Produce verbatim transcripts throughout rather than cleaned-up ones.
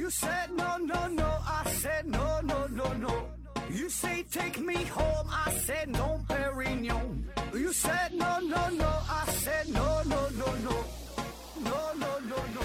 said no no no, I said no no no no. You say take me home, I said no, Perignon. You said no no no, I said no no no no, no no no no.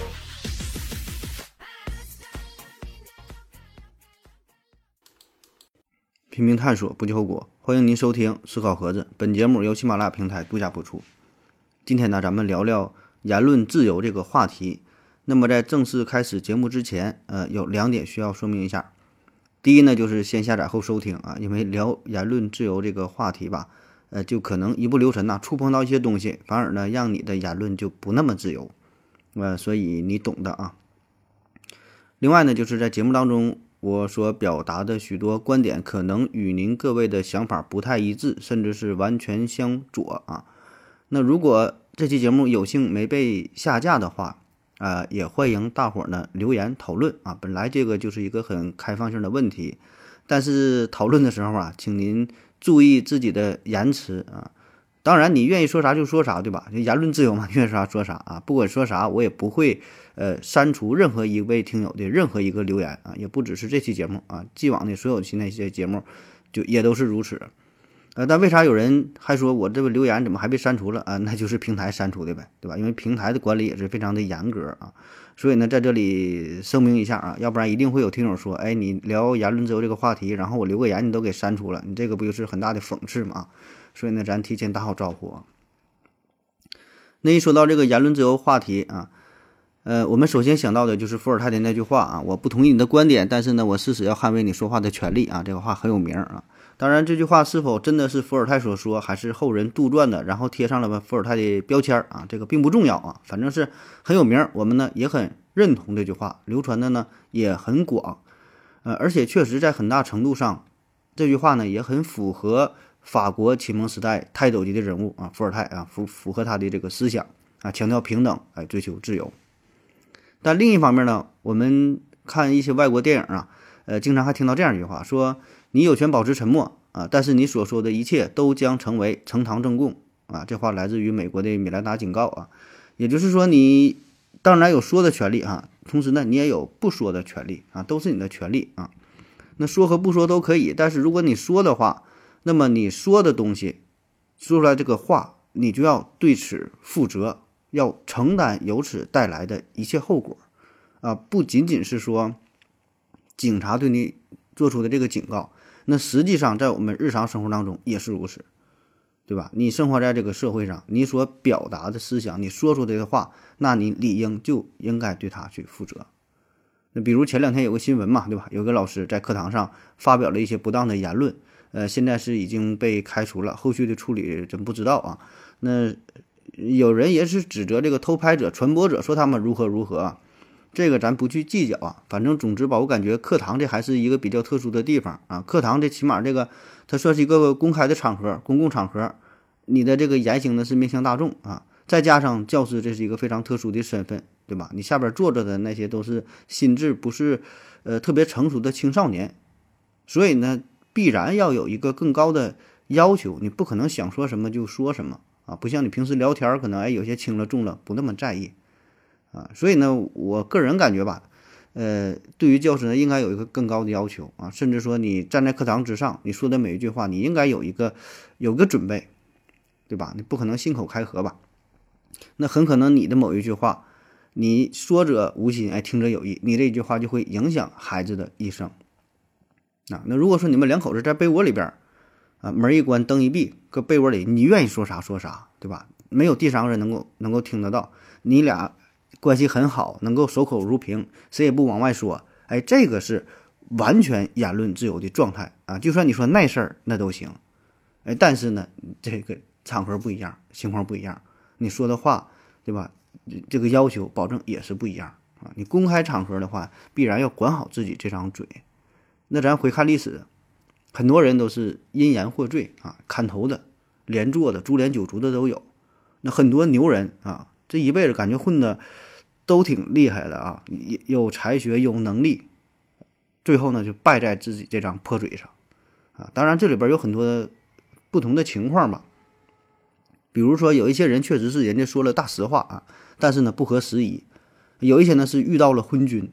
拼命探索，不计后果。欢迎您收听思考盒子，本节目由喜马拉雅平台独家播出。今天呢，咱们聊聊言论自由这个话题。那么在正式开始节目之前，呃，有两点需要说明一下。第一呢，就是先下载后收听啊，因为聊言论自由这个话题吧，呃，就可能一不留神呐、啊，触碰到一些东西，反而呢，让你的言论就不那么自由，呃，所以你懂的啊。另外呢，就是在节目当中，我所表达的许多观点，可能与您各位的想法不太一致，甚至是完全相左啊。那如果这期节目有幸没被下架的话，啊、呃，也欢迎大伙儿呢留言讨论啊。本来这个就是一个很开放性的问题，但是讨论的时候啊，请您注意自己的言辞啊。当然，你愿意说啥就说啥，对吧？就言论自由嘛，愿意说啥说啥啊。不管说啥，我也不会呃删除任何一位听友的任何一个留言啊，也不只是这期节目啊，既往的所有期那些节目就也都是如此。呃，但为啥有人还说我这个留言怎么还被删除了啊？那就是平台删除的呗，对吧？因为平台的管理也是非常的严格啊，所以呢，在这里声明一下啊，要不然一定会有听友说，哎，你聊言论自由这个话题，然后我留个言你都给删除了，你这个不就是很大的讽刺吗？所以呢，咱提前打好招呼啊。那一说到这个言论自由话题啊，呃，我们首先想到的就是伏尔泰的那句话啊，我不同意你的观点，但是呢，我誓死要捍卫你说话的权利啊，这个话很有名啊。当然，这句话是否真的是伏尔泰所说，还是后人杜撰的，然后贴上了伏尔泰的标签啊，这个并不重要啊，反正是很有名，我们呢也很认同这句话，流传的呢也很广，呃，而且确实在很大程度上，这句话呢也很符合法国启蒙时代泰斗级的人物啊，伏尔泰啊，符符合他的这个思想啊，强调平等，哎，追求自由。但另一方面呢，我们看一些外国电影啊，呃，经常还听到这样一句话，说你有权保持沉默啊，但是你所说的一切都将成为呈堂证供啊。这话来自于美国的米兰达警告啊，也就是说，你当然有说的权利啊，同时呢，你也有不说的权利啊，都是你的权利啊。那说和不说都可以，但是如果你说的话，那么你说的东西，说出来这个话，你就要对此负责，要承担由此带来的一切后果啊，不仅仅是说警察对你做出的这个警告。那实际上在我们日常生活当中也是如此，对吧？你生活在这个社会上，你所表达的思想，你说出这个话，那你理应就应该对他去负责。那比如前两天有个新闻嘛，对吧？有个老师在课堂上发表了一些不当的言论，呃，现在是已经被开除了，后续的处理真不知道啊。那有人也是指责这个偷拍者、传播者，说他们如何如何啊。这个咱不去计较啊，反正总之吧，我感觉课堂这还是一个比较特殊的地方啊。课堂这起码这个它算是一个公开的场合，公共场合，你的这个言行呢是面向大众啊。再加上教师这是一个非常特殊的身份，对吧？你下边坐着的那些都是心智不是呃特别成熟的青少年，所以呢，必然要有一个更高的要求，你不可能想说什么就说什么啊，不像你平时聊天可能哎有些轻了重了不那么在意。啊，所以呢，我个人感觉吧，呃，对于教师呢，应该有一个更高的要求啊，甚至说你站在课堂之上，你说的每一句话，你应该有一个有个准备，对吧？你不可能信口开河吧？那很可能你的某一句话，你说者无心，哎，听者有意，你这一句话就会影响孩子的一生。啊，那如果说你们两口子在被窝里边，啊，门一关，灯一闭，搁被窝里，你愿意说啥说啥，对吧？没有第三个人能够能够听得到，你俩关系很好，能够守口如瓶，谁也不往外说，哎，这个是完全言论自由的状态啊！就算你说那事儿那都行，哎，但是呢，这个场合不一样，情况不一样，你说的话，对吧？这个要求保证也是不一样啊！你公开场合的话，必然要管好自己这张嘴。那咱回看历史，很多人都是因言获罪啊，砍头的、连坐的、株连九族的都有。那很多牛人啊，这一辈子感觉混的都挺厉害的啊，有才学有能力，最后呢就败在自己这张破嘴上啊。当然这里边有很多不同的情况吧，比如说有一些人确实是人家说了大实话啊，但是呢不合时宜，有一些呢是遇到了昏君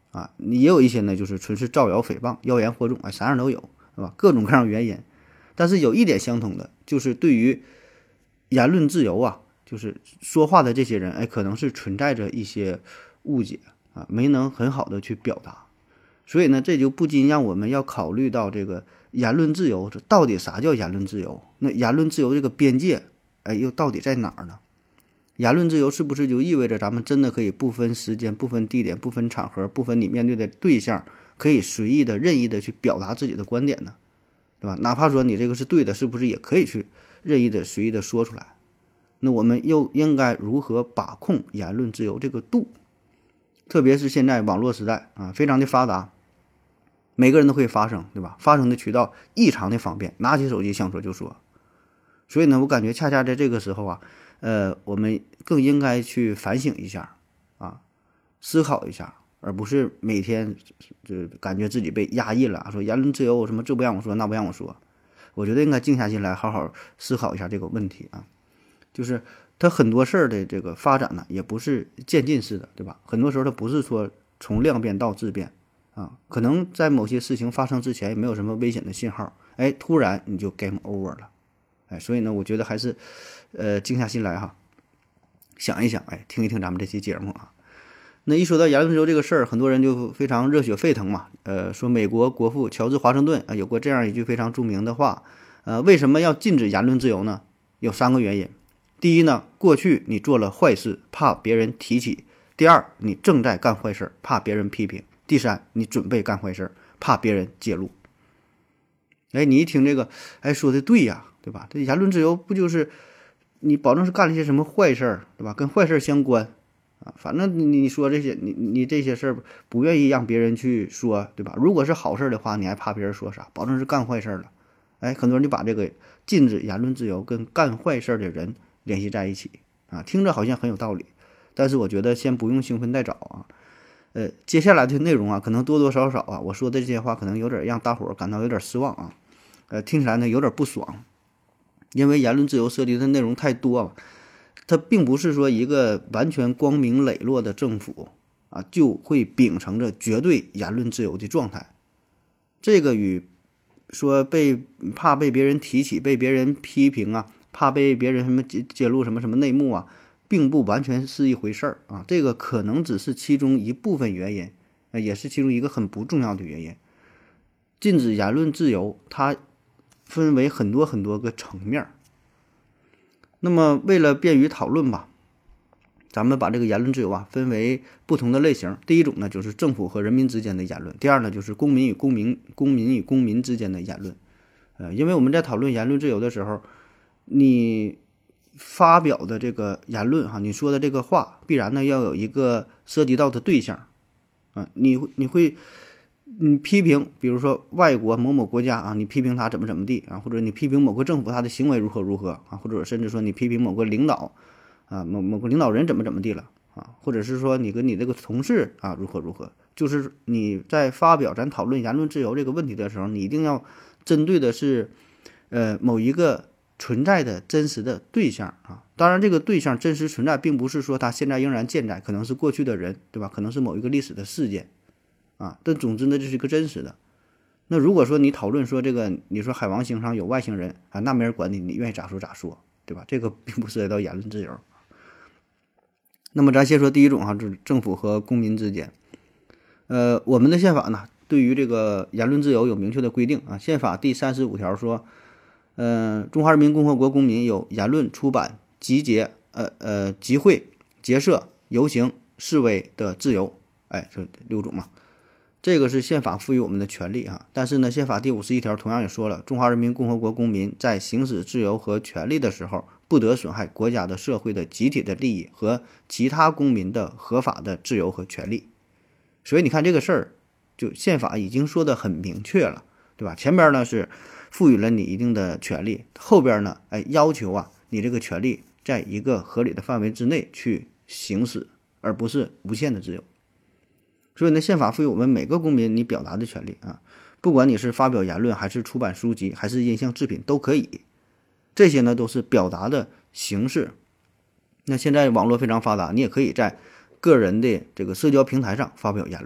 啊，也有一些呢就是纯是造谣诽谤、妖言惑众，哎，啥样都有，是吧？各种各样原因。但是有一点相同的，就是对于言论自由啊，就是说话的这些人，哎，可能是存在着一些误解啊，没能很好的去表达。所以呢，这就不禁让我们要考虑到这个言论自由，这到底啥叫言论自由？那言论自由这个边界，哎，又到底在哪儿呢？言论自由是不是就意味着咱们真的可以不分时间、不分地点、不分场合、不分你面对的对象，可以随意的、任意的去表达自己的观点呢？对吧？哪怕说你这个是对的，是不是也可以去任意的、随意的说出来？那我们又应该如何把控言论自由这个度？特别是现在网络时代啊，非常的发达。每个人都可以发声，对吧？发声的渠道异常的方便，拿起手机想说就说。所以呢，我感觉恰恰在这个时候啊，呃，我们更应该去反省一下啊，思考一下，而不是每天就感觉自己被压抑了，说言论自由什么这不让我说，那不让我说。我觉得应该静下心来，好好思考一下这个问题啊。就是它很多事儿的这个发展呢，也不是渐进式的，对吧？很多时候它不是说从量变到质变。啊，可能在某些事情发生之前也没有什么危险的信号，哎，突然你就 game over 了，哎，所以呢，我觉得还是，呃，静下心来哈，想一想，哎，听一听咱们这期节目啊。那一说到言论自由这个事儿，很多人就非常热血沸腾嘛，呃，说美国国父乔治华盛顿啊有过这样一句非常著名的话，呃，为什么要禁止言论自由呢？有三个原因。第一呢，过去你做了坏事，怕别人提起；第二，你正在干坏事，怕别人批评。第三，你准备干坏事，怕别人揭露。哎，你一听这个，哎，说的对呀，对吧？这言论自由不就是你保证是干了一些什么坏事，对吧？跟坏事相关啊，反正你你说这些，你你这些事儿不愿意让别人去说，对吧？如果是好事的话，你还怕别人说啥？保证是干坏事了。哎，很多人就把这个禁止言论自由跟干坏事的人联系在一起啊，听着好像很有道理，但是我觉得先不用兴奋太早啊。呃，接下来的内容啊，可能多多少少啊，我说的这些话可能有点让大伙儿感到有点失望啊，呃，听起来呢有点不爽，因为言论自由涉及的内容太多了，它并不是说一个完全光明磊落的政府啊就会秉承着绝对言论自由的状态，这个与说被怕被别人提起、被别人批评啊，怕被别人什么揭揭露什么什么内幕啊。并不完全是一回事儿啊，这个可能只是其中一部分原因，呃，也是其中一个很不重要的原因。禁止言论自由，它分为很多很多个层面。那么，为了便于讨论吧，咱们把这个言论自由啊分为不同的类型。第一种呢，就是政府和人民之间的言论；第二呢，就是公民与公民、公民与公民之间的言论。呃，因为我们在讨论言论自由的时候，你发表的这个言论哈，你说的这个话，必然呢要有一个涉及到的对象啊，你你会你批评，比如说外国某某国家啊，你批评他怎么怎么地啊，或者你批评某个政府他的行为如何如何啊，或者甚至说你批评某个领导啊，某某个领导人怎么怎么地了啊，或者是说你跟你这个同事啊如何如何，就是你在发表咱讨论言论自由这个问题的时候，你一定要针对的是呃某一个存在的真实的对象啊，当然这个对象真实存在，并不是说它现在仍然健在，可能是过去的人，对吧？可能是某一个历史的事件啊，但总之呢，这是一个真实的。那如果说你讨论说这个，你说海王星上有外星人啊，那没人管你，你愿意咋说咋说，对吧？这个并不涉及到言论自由。那么咱先说第一种哈，就是政府和公民之间。呃，我们的宪法呢，对于这个言论自由有明确的规定啊。宪法第三十五条说。嗯、呃，中华人民共和国公民有言论、出版、集结、呃呃集会、结社、游行、示威的自由，哎，这六种嘛，这个是宪法赋予我们的权利啊。但是呢，宪法第五十一条同样也说了，中华人民共和国公民在行使自由和权利的时候，不得损害国家的、社会的、集体的利益和其他公民的合法的自由和权利。所以你看这个事儿，就宪法已经说得很明确了，对吧？前边呢是赋予了你一定的权利，后边呢，哎，要求啊，你这个权利在一个合理的范围之内去行使，而不是无限的自由。所以呢，宪法赋予我们每个公民你表达的权利啊，不管你是发表言论，还是出版书籍，还是音像制品都可以，这些呢都是表达的形式。那现在网络非常发达，你也可以在个人的这个社交平台上发表言论，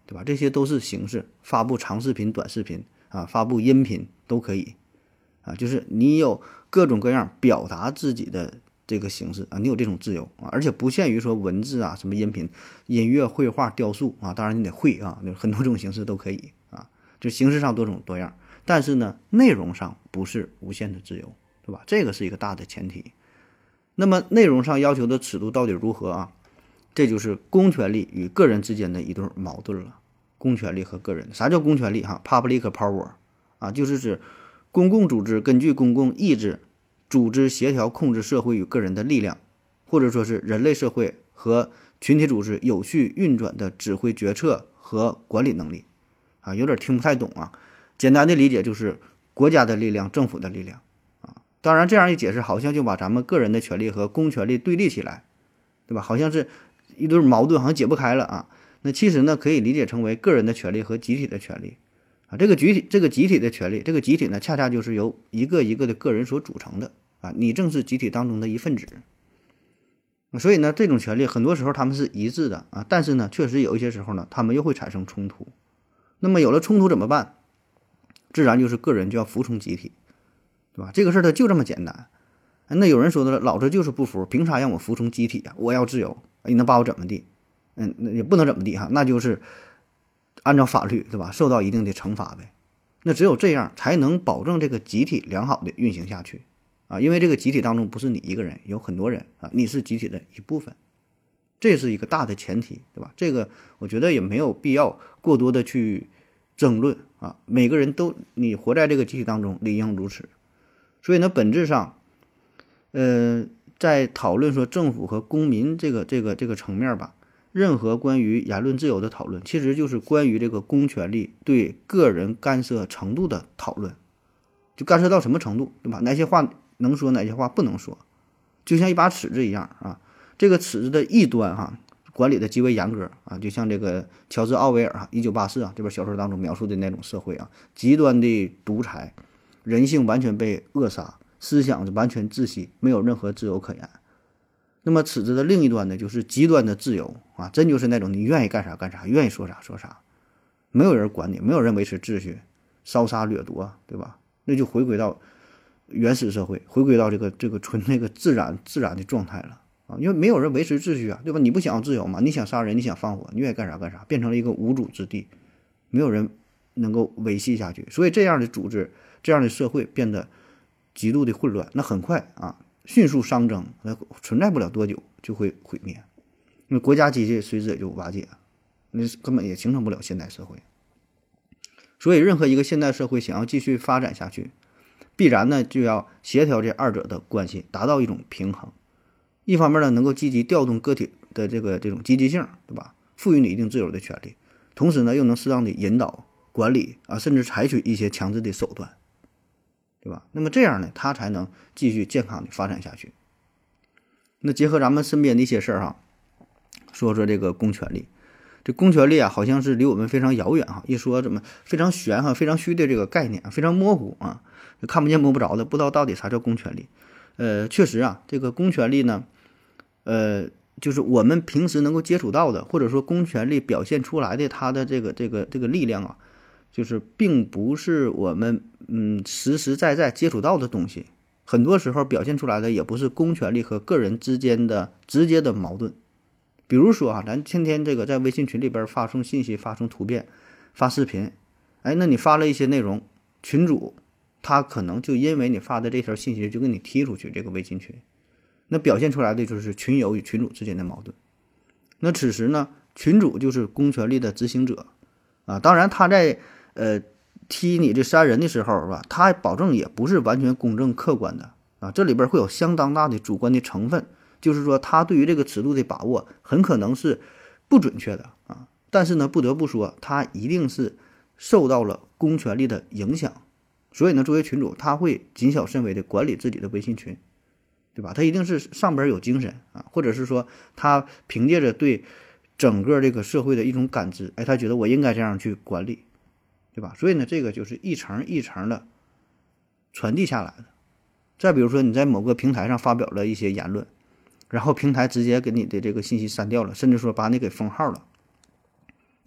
对吧？这些都是形式，发布长视频、短视频啊，发布音频都可以啊，就是你有各种各样表达自己的这个形式啊，你有这种自由啊，而且不限于说文字啊、什么音频、音乐、绘画、雕塑啊，当然你得会啊，很多种形式都可以啊，就形式上多种多样，但是呢，内容上不是无限的自由，对吧？这个是一个大的前提。那么内容上要求的尺度到底如何啊？这就是公权力与个人之间的一对矛盾了。公权力和个人，啥叫公权力哈 ？Public power 啊，就是指公共组织根据公共意志组织协调控制社会与个人的力量，或者说是人类社会和群体组织有序运转的指挥决策和管理能力啊，有点听不太懂啊。简单的理解就是国家的力量、政府的力量啊。当然，这样一解释，好像就把咱们个人的权利和公权力对立起来，对吧？好像是一对矛盾，好像解不开了啊。那其实呢，可以理解成为个人的权利和集体的权利啊。这个集体，这个集体的权利，这个集体呢，恰恰就是由一个一个的个人所组成的啊。你正是集体当中的一份子。所以呢，这种权利很多时候他们是一致的啊，但是呢，确实有一些时候呢，他们又会产生冲突。那么有了冲突怎么办？自然就是个人就要服从集体，对吧？这个事儿它就这么简单。那有人说的了，老子就是不服，凭啥让我服从集体啊？我要自由，你能把我怎么地？嗯，那也不能怎么地哈，那就是按照法律，对吧？受到一定的惩罚呗。那只有这样才能保证这个集体良好的运行下去啊，因为这个集体当中不是你一个人，有很多人啊，你是集体的一部分，这是一个大的前提，对吧？这个我觉得也没有必要过多的去争论啊，每个人都你活在这个集体当中，理应如此。所以呢，本质上，呃，在讨论说政府和公民这个这个这个层面吧。任何关于言论自由的讨论，其实就是关于这个公权力对个人干涉程度的讨论，就干涉到什么程度，对吧？哪些话能说，哪些话不能说，就像一把尺子一样啊。这个尺子的一端哈、啊，管理的极为严格啊，就像这个乔治·奥威尔啊，《一九八四》啊这本小说当中描述的那种社会啊，极端的独裁，人性完全被扼杀，思想是完全窒息，没有任何自由可言。那么尺子的另一端呢，就是极端的自由啊，真就是那种你愿意干啥干啥，愿意说啥说啥，没有人管你，没有人维持秩序，烧杀掠夺，对吧？那就回归到原始社会，回归到这个这个纯那个自然自然的状态了啊，因为没有人维持秩序啊，对吧？你不想要自由嘛？你想杀人，你想放火，你愿意干啥干啥，变成了一个无主之地，没有人能够维系下去，所以这样的组织，这样的社会变得极度的混乱，那很快啊。迅速熵增，那存在不了多久就会毁灭，因为国家机器随之也就瓦解，那根本也形成不了现代社会。所以，任何一个现代社会想要继续发展下去，必然呢就要协调这二者的关系，达到一种平衡。一方面呢，能够积极调动个体的这个这种积极性，对吧？赋予你一定自由的权利，同时呢，又能适当的引导、管理啊，甚至采取一些强制的手段。对吧？那么这样呢，它才能继续健康的发展下去。那结合咱们身边的一些事儿哈，说说这个公权力。这公权力啊，好像是离我们非常遥远哈。一说怎么非常玄哈、非常虚的这个概念，非常模糊啊，看不见摸不着的，不知道到底啥叫公权力。呃，确实啊，这个公权力呢，呃，就是我们平时能够接触到的，或者说公权力表现出来的它的这个这个这个力量啊。就是并不是我们嗯实实在在接触到的东西，很多时候表现出来的也不是公权力和个人之间的直接的矛盾。比如说啊，咱天天这个在微信群里边发送信息、发送图片、发视频，哎，那你发了一些内容，群主他可能就因为你发的这条信息就给你踢出去这个微信群，那表现出来的就是群友与群主之间的矛盾。那此时呢，群主就是公权力的执行者啊，当然他在呃，踢你这三人的时候，是吧？他保证也不是完全公正客观的啊，这里边会有相当大的主观的成分，就是说他对于这个尺度的把握很可能是不准确的啊。但是呢，不得不说，他一定是受到了公权力的影响，所以呢，作为群主，他会谨小慎微的管理自己的微信群，对吧？他一定是上边有精神啊，或者是说他凭借着对整个这个社会的一种感知，哎，他觉得我应该这样去管理。对吧？所以呢，这个就是一层一层的传递下来的。再比如说，你在某个平台上发表了一些言论，然后平台直接给你的这个信息删掉了，甚至说把你给封号了，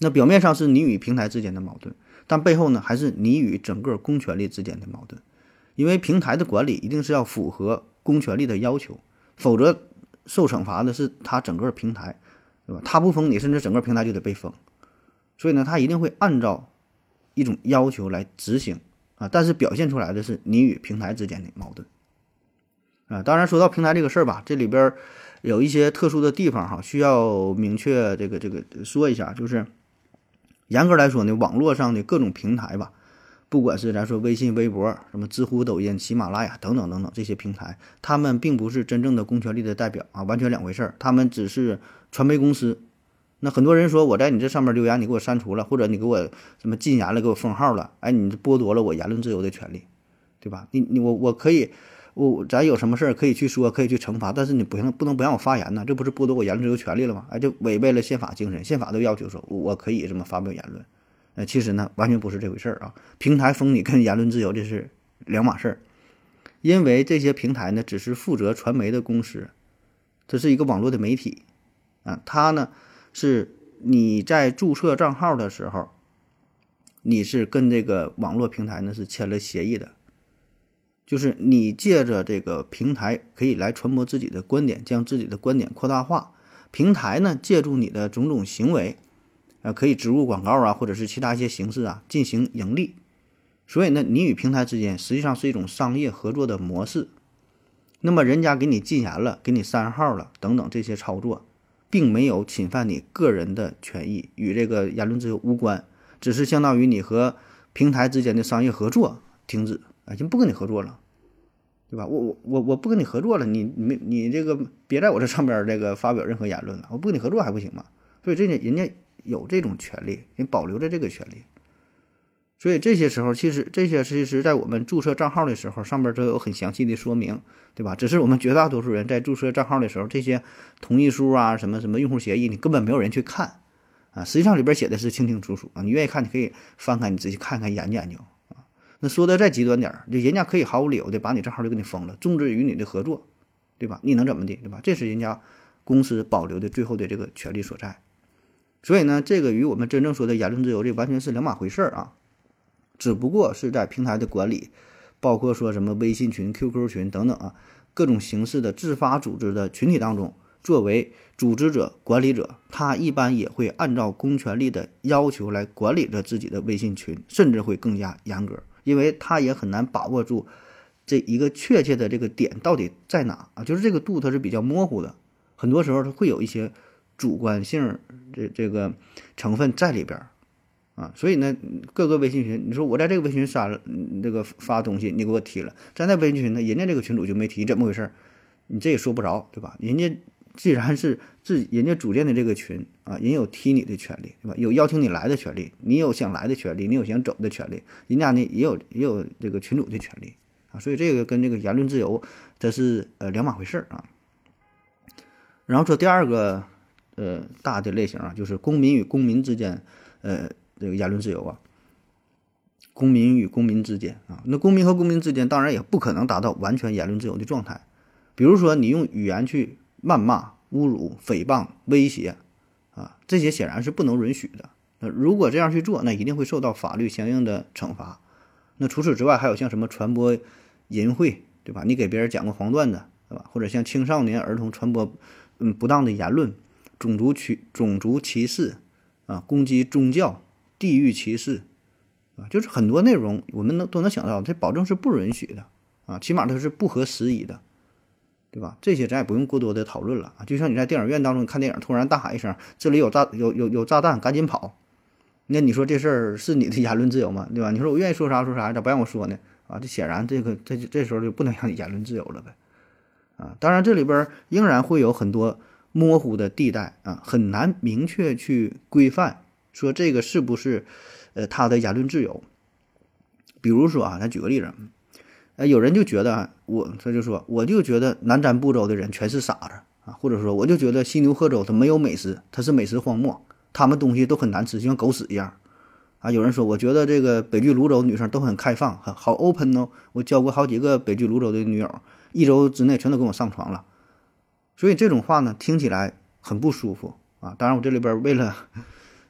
那表面上是你与平台之间的矛盾，但背后呢还是你与整个公权力之间的矛盾。因为平台的管理一定是要符合公权力的要求，否则受惩罚的是他整个平台，对吧？他不封你，甚至整个平台就得被封。所以呢，他一定会按照一种要求来执行啊，但是表现出来的是你与平台之间的矛盾啊。当然，说到平台这个事儿吧，这里边有一些特殊的地方哈，需要明确这个这个说一下，就是严格来说呢，网络上的各种平台吧，不管是咱说微信、微博、什么知乎、抖音、喜马拉雅等等等等这些平台，他们并不是真正的公权力的代表啊，完全两回事儿。他们只是传媒公司。那很多人说我在你这上面留言，你给我删除了，或者你给我什么禁言了，给我封号了，哎，你剥夺了我言论自由的权利，对吧？你你我我可以，我咱有什么事儿可以去说，可以去惩罚，但是你不能不能不让我发言呢？这不是剥夺我言论自由权利了吗？哎，就违背了宪法精神，宪法都要求说我可以这么发表言论。呃，其实呢，完全不是这回事儿啊！平台封你跟言论自由这是两码事儿，因为这些平台呢，只是负责传媒的公司，这是一个网络的媒体啊，它呢。是你在注册账号的时候，你是跟这个网络平台呢是签了协议的，就是你借着这个平台可以来传播自己的观点，将自己的观点扩大化。平台呢借助你的种种行为，呃，可以植入广告啊，或者是其他一些形式啊进行盈利。所以呢，你与平台之间实际上是一种商业合作的模式。那么人家给你禁言了，给你删号了，等等这些操作。并没有侵犯你个人的权益，与这个言论自由无关，只是相当于你和平台之间的商业合作停止，啊，就不跟你合作了，对吧？我我我我不跟你合作了，你你你这个别在我这上边这个发表任何言论了，我不跟你合作还不行吗？所以这人家有这种权利，人保留着这个权利。所以这些时候，其实这些其实在我们注册账号的时候，上面都有很详细的说明，对吧？只是我们绝大多数人在注册账号的时候，这些同意书啊，什么什么用户协议，你根本没有人去看啊。实际上里边写的是清清楚楚啊，你愿意看，你可以翻开，你仔细看看研究研究啊。那说的再极端点，就人家可以毫无理由的把你账号就给你封了，终止与你的合作，对吧？你能怎么的，对吧？这是人家公司保留的最后的这个权利所在。所以呢，这个与我们真正说的言论自由这完全是两码回事啊。只不过是在平台的管理，包括说什么微信群、Q Q 群等等啊，各种形式的自发组织的群体当中，作为组织者、管理者，他一般也会按照公权力的要求来管理着自己的微信群，甚至会更加严格，因为他也很难把握住这一个确切的这个点到底在哪啊，就是这个度它是比较模糊的，很多时候它会有一些主观性这这个成分在里边。啊，所以呢，各个微信群，你说我在这个微信群删了，这个发东西你给我踢了，在那微信群呢，人家这个群主就没提，怎么回事？你这也说不着，对吧？人家既然是自人家组建的这个群啊，人有踢你的权利，对吧？有邀请你来的权利，你有想来的权利，你有想走的权利，人家呢也有也有这个群主的权利啊，所以这个跟这个言论自由这是呃两码回事啊。然后说第二个呃大的类型啊，就是公民与公民之间呃。这个言论自由啊，公民与公民之间啊，那公民和公民之间当然也不可能达到完全言论自由的状态。比如说，你用语言去谩骂、侮辱、诽谤、威胁啊，这些显然是不能允许的。那如果这样去做，那一定会受到法律相应的惩罚。那除此之外，还有像什么传播淫秽，对吧？你给别人讲个黄段子，对吧？或者像青少年儿童传播嗯不当的言论，种族歧种族歧视啊，攻击宗教。地域歧视啊，就是很多内容我们能都能想到，这保证是不允许的啊，起码它是不合时宜的，对吧？这些咱也不用过多的讨论了啊。就像你在电影院当中看电影，突然大喊一声“这里有炸有有有炸弹，赶紧跑”，那你说这事儿是你的言论自由吗？对吧？你说我愿意说啥说啥，咋不让我说呢？啊，这显然这个这这时候就不能让你言论自由了呗啊。当然这里边仍然会有很多模糊的地带啊，很难明确去规范。说这个是不是，呃，他的言论自由？比如说啊，咱举个例子，呃，有人就觉得我，他就说，我就觉得南瞻部洲的人全是傻子啊，或者说，我就觉得西牛贺州它没有美食，它是美食荒漠，他们东西都很难吃，就像狗屎一样啊。有人说，我觉得这个北距泸州女生都很开放，很好 open 哦，我交过好几个北距泸州的女友，一周之内全都跟我上床了。所以这种话呢，听起来很不舒服啊。当然，我这里边为了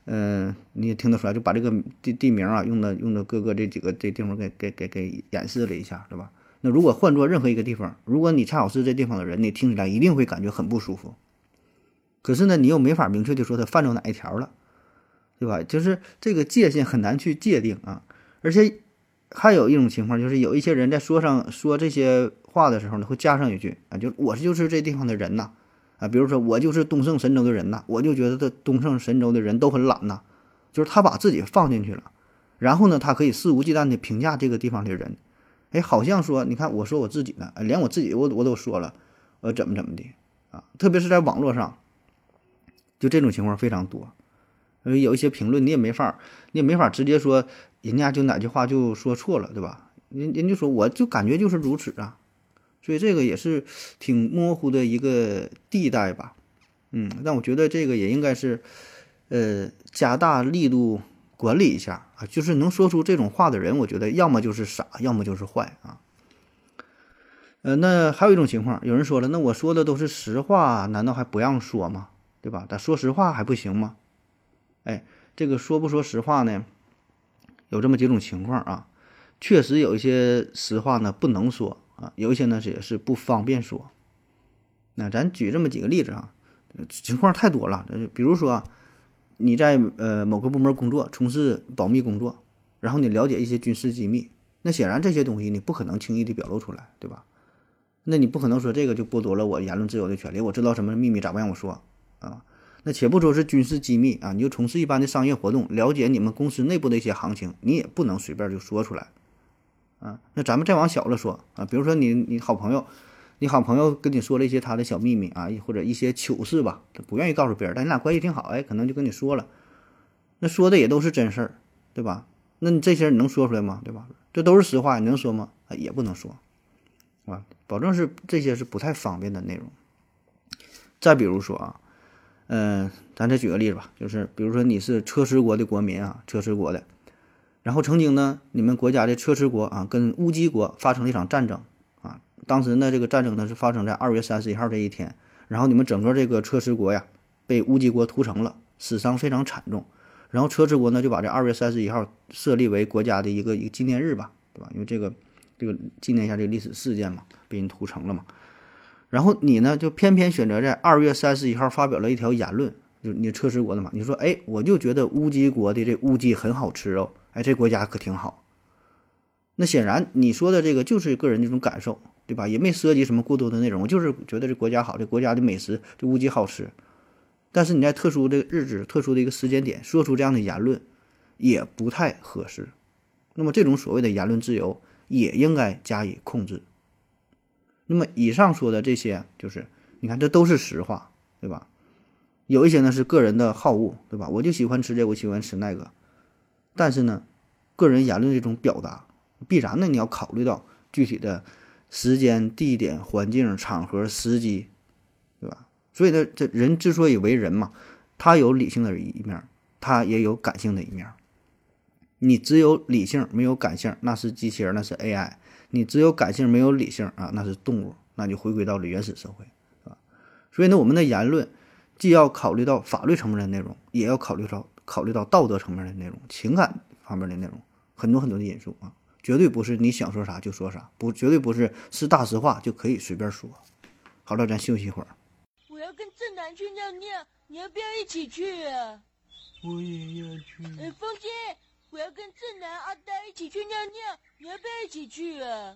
嗯、呃，你也听得出来，就把这个地地名啊，用的用的各个这几个这地方给给给给演示了一下，对吧？那如果换做任何一个地方，如果你恰好是这地方的人，你听起来一定会感觉很不舒服。可是呢，你又没法明确的说它犯着哪一条了，对吧？就是这个界限很难去界定啊。而且还有一种情况，就是有一些人在说上说这些话的时候呢，会加上一句啊，就我就是这地方的人呐，啊，比如说我就是东胜神州的人呐，我就觉得这东胜神州的人都很懒呐，就是他把自己放进去了，然后呢，他可以肆无忌惮的评价这个地方的人，哎，好像说你看我说我自己呢，连我自己我我都说了，呃，怎么怎么的啊，特别是在网络上，就这种情况非常多。呃，有一些评论你也没法，你也没法直接说人家就哪句话就说错了，对吧？人人就说我就感觉就是如此啊，所以这个也是挺模糊的一个地带吧。嗯，但我觉得这个也应该是，呃，加大力度管理一下啊，就是能说出这种话的人，我觉得要么就是傻，要么就是坏啊。呃，那还有一种情况，有人说了，那我说的都是实话，难道还不让说吗？对吧？但说实话还不行吗？哎，这个说不说实话呢？有这么几种情况啊，确实有一些实话呢不能说啊，有一些呢也是不方便说。那咱举这么几个例子啊，情况太多了。比如说你在呃某个部门工作，从事保密工作，然后你了解一些军事机密，那显然这些东西你不可能轻易的表露出来，对吧？那你不可能说这个就剥夺了我言论自由的权利，我知道什么秘密咋不让我说啊？那且不说是军事机密啊，你就从事一般的商业活动，了解你们公司内部的一些行情，你也不能随便就说出来啊。那咱们再往小了说啊，比如说你你好朋友，你好朋友跟你说了一些他的小秘密啊，或者一些糗事吧，他不愿意告诉别人，但你俩关系挺好，哎，可能就跟你说了，那说的也都是真事儿，对吧？那你这些你能说出来吗？对吧？这都是实话，你能说吗？啊，也不能说，啊，保证是这些是不太方便的内容。再比如说啊。嗯、呃，咱再举个例子吧，就是比如说你是车迟国的国民啊，车迟国的，然后曾经呢，你们国家的车迟国啊跟乌鸡国发生了一场战争啊，当时呢这个战争呢是发生在二月三十一号这一天，然后你们整个这个车迟国呀被乌鸡国屠城了，死伤非常惨重，然后车迟国呢就把这二月三十一号设立为国家的一个一个纪念日吧，对吧？因为这个这个纪念一下这个历史事件嘛，被人屠城了嘛。然后你呢，就偏偏选择在二月三十一号发表了一条言论，就是你车迟国的嘛，你说，哎，我就觉得乌鸡国的这乌鸡很好吃哦，哎，这国家可挺好。那显然你说的这个就是个人这种感受，对吧？也没涉及什么过多的内容，我就是觉得这国家好，这国家的美食，这乌鸡好吃。但是你在特殊的日子、特殊的一个时间点说出这样的言论，也不太合适。那么这种所谓的言论自由也应该加以控制。那么以上说的这些，就是你看这都是实话，对吧？有一些呢是个人的好恶，对吧？我就喜欢吃这个，我喜欢吃那个。但是呢，个人言论这种表达，必然呢你要考虑到具体的时间、地点、环境、场合、时机，对吧？所以呢，这人之所以为人嘛，他有理性的一面，他也有感性的一面。你只有理性没有感性，那是机器人，那是 A I。你只有感性没有理性啊，那是动物，那就回归到了原始社会，是吧？所以呢，我们的言论既要考虑到法律层面的内容，也要考虑到考虑到道德层面的内容、情感方面的内容，很多很多的因素啊，绝对不是你想说啥就说啥，不，绝对不是是大实话就可以随便说。好了，咱休息一会儿。 我要跟正南去尿尿，你要不要一起去啊？ 我也要去。 呃，风姐。我要跟正南、阿呆一起去尿尿，你要不要一起去啊？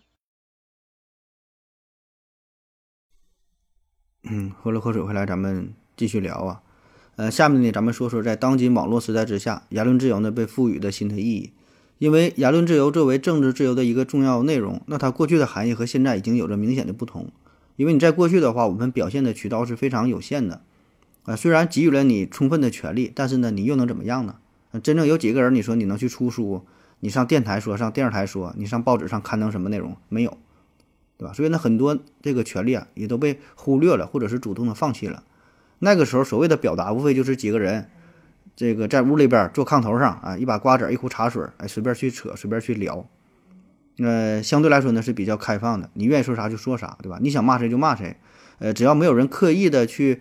嗯，喝了口水回来，咱们继续聊啊。呃，下面呢，咱们说说在当今网络时代之下，言论自由呢被赋予的新的意义。因为言论自由作为政治自由的一个重要内容，那它过去的含义和现在已经有着明显的不同。因为你在过去的话，我们表现的渠道是非常有限的，啊、呃，虽然给予了你充分的权利，但是呢，你又能怎么样呢？真正有几个人你说你能去出书，你上电台说，上电视台说，你上报纸上刊登什么内容没有，对吧？所以呢，很多这个权利啊也都被忽略了，或者是主动的放弃了。那个时候所谓的表达无非就是几个人这个在屋里边坐炕头上啊，一把瓜子一壶茶水，哎，随便去扯，随便去聊。呃，相对来说呢是比较开放的，你愿意说啥就说啥，对吧？你想骂谁就骂谁，呃，只要没有人刻意的去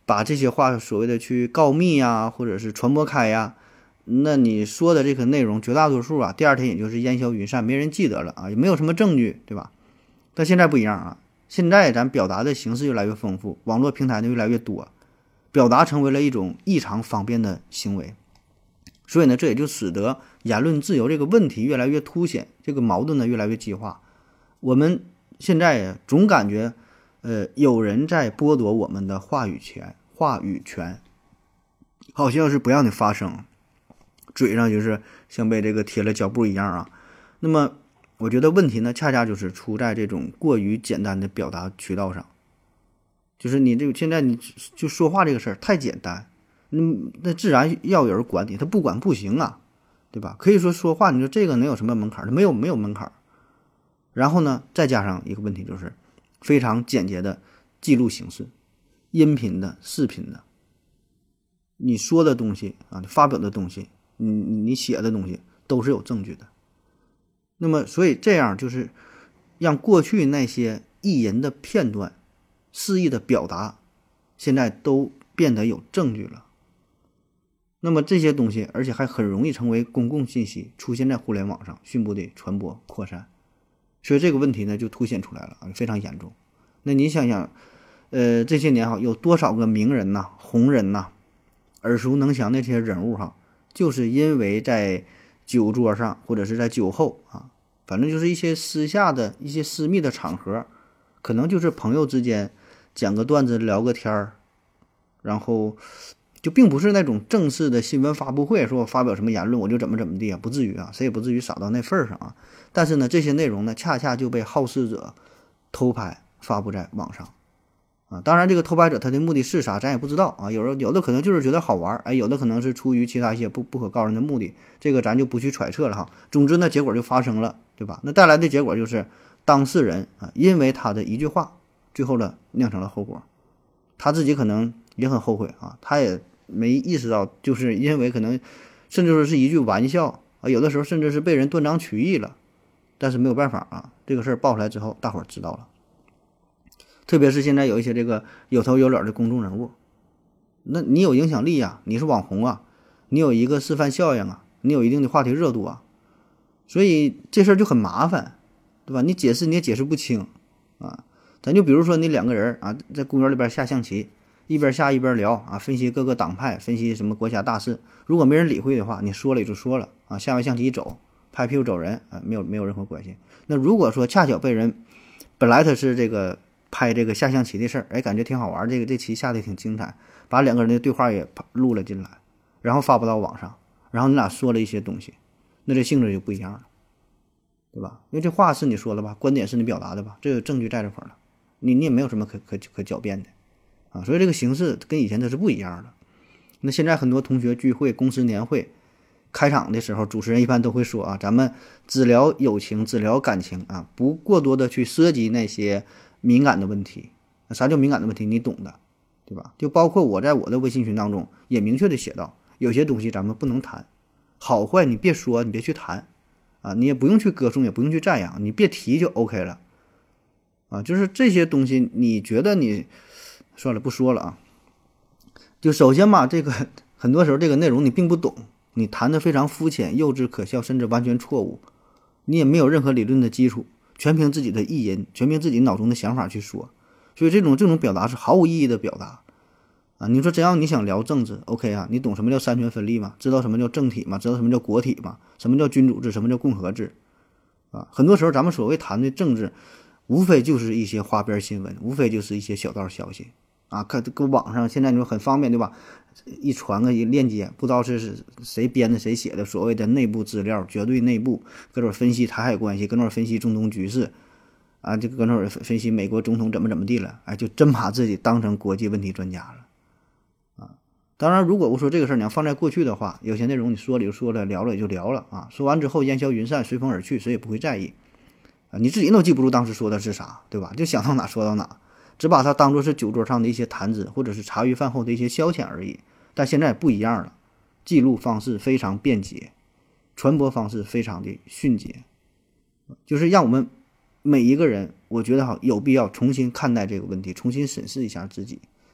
把这些话所谓的去告密呀，或者是传播开呀，那你说的这个内容绝大多数啊，第二天也就是烟消云散，没人记得了啊，也没有什么证据，对吧？但现在不一样啊，现在咱表达的形式越来越丰富，网络平台呢越来越多，表达成为了一种异常方便的行为，所以呢，这也就使得言论自由这个问题越来越凸显，这个矛盾呢越来越激化。我们现在总感觉，呃，有人在剥夺我们的话语权，话语权，好像是不让你发声，嘴上就是像被这个贴了胶布一样啊。那么，我觉得问题呢，恰恰就是出在这种过于简单的表达渠道上，就是你这个现在你就说话这个事儿太简单，嗯，那自然要有人管你，他不管不行啊，对吧？可以说说话，你说这个能有什么门槛？它没有没有门槛。然后呢，再加上一个问题，就是非常简洁的记录形式，音频的、视频的，你说的东西啊，你发表的东西，你你写的东西都是有证据的。那么，所以这样就是让过去那些意淫的片段、肆意的表达，现在都变得有证据了。那么这些东西，而且还很容易成为公共信息，出现在互联网上，迅速的传播扩散。所以这个问题呢，就凸显出来了啊，非常严重。那你想想，呃，这些年哈，有多少个名人呐、红人呐，耳熟能详的这些人物哈，就是因为在酒桌上或者是在酒后啊，反正就是一些私下的一些私密的场合，可能就是朋友之间讲个段子、聊个天儿，然后就并不是那种正式的新闻发布会，说我发表什么言论我就怎么怎么地啊，不至于啊，谁也不至于傻到那份儿上啊。但是呢，这些内容呢，恰恰就被好事者偷拍发布在网上啊。当然，这个偷拍者他的目的是啥，咱也不知道啊。有的有的可能就是觉得好玩，哎，有的可能是出于其他一些不不可告人的目的，这个咱就不去揣测了哈。总之呢，结果就发生了，对吧？那带来的结果就是当事人啊，因为他的一句话，最后呢酿成了后果。他自己可能也很后悔啊，他也没意识到，就是因为可能甚至说是一句玩笑啊，有的时候甚至是被人断章取义了。但是没有办法啊，这个事儿爆出来之后，大伙儿知道了。特别是现在有一些这个有头有脸的公众人物，那你有影响力啊，你是网红啊，你有一个示范效应啊，你有一定的话题热度啊，所以这事儿就很麻烦，对吧？你解释你也解释不清啊。咱就比如说你两个人啊，在公园里边下象棋，一边下一边聊啊，分析各个党派，分析什么国家大事。如果没人理会的话，你说了也就说了啊，下完象棋一走。拍屁股走人啊，没有没有任何关系。那如果说恰巧被人，本来他是这个拍这个下象棋的事儿，哎，感觉挺好玩，这个这棋下的挺精彩，把两个人的对话也录了进来，然后发布到网上，然后你俩说了一些东西，那这性质就不一样了，对吧？因为这话是你说的吧，观点是你表达的吧，这个证据在这块了，你你也没有什么可可可狡辩的啊，所以这个形式跟以前它是不一样的。那现在很多同学聚会、公司年会。开场的时候，主持人一般都会说啊，咱们只聊友情，只聊感情啊，不过多的去涉及那些敏感的问题。啥叫敏感的问题？你懂的，对吧？就包括我在我的微信群当中也明确的写到，有些东西咱们不能谈，好坏你别说，你别去谈啊，你也不用去歌颂，也不用去赞扬，你别提就 OK 了啊。就是这些东西，你觉得你算了不说了啊。就首先嘛，这个很多时候这个内容你并不懂。你谈的非常肤浅、幼稚、可笑，甚至完全错误，你也没有任何理论的基础，全凭自己的意淫，全凭自己脑中的想法去说，所以这种这种表达是毫无意义的表达啊！你说真要你想聊政治 ，OK 啊？你懂什么叫三权分立吗？知道什么叫政体吗？知道什么叫国体吗？什么叫君主制？什么叫共和制？啊，很多时候咱们所谓谈的政治，无非就是一些花边新闻，无非就是一些小道消息啊！看搁网上现在你说很方便，对吧？一传个一链接，不知道是谁编的谁写的，所谓的内部资料，绝对内部，搁这分析台海关系，搁那分析中东局势，啊，就搁那分析美国总统怎么怎么地了，哎，就真把自己当成国际问题专家了，啊，当然，如果我说这个事儿你要放在过去的话，有些内容你说了就说了，聊了也就聊了啊，说完之后烟消云散，随风而去，谁也不会在意，啊，你自己都记不住当时说的是啥，对吧？就想到哪说到哪。只把它当作是酒桌上的一些谈资，或者是茶余饭后的一些消遣而已。但现在不一样了，记录方式非常便捷，传播方式非常的迅捷，就是让我们每一个人，我觉得好有必要重新看待这个问题，重新审视一下自己，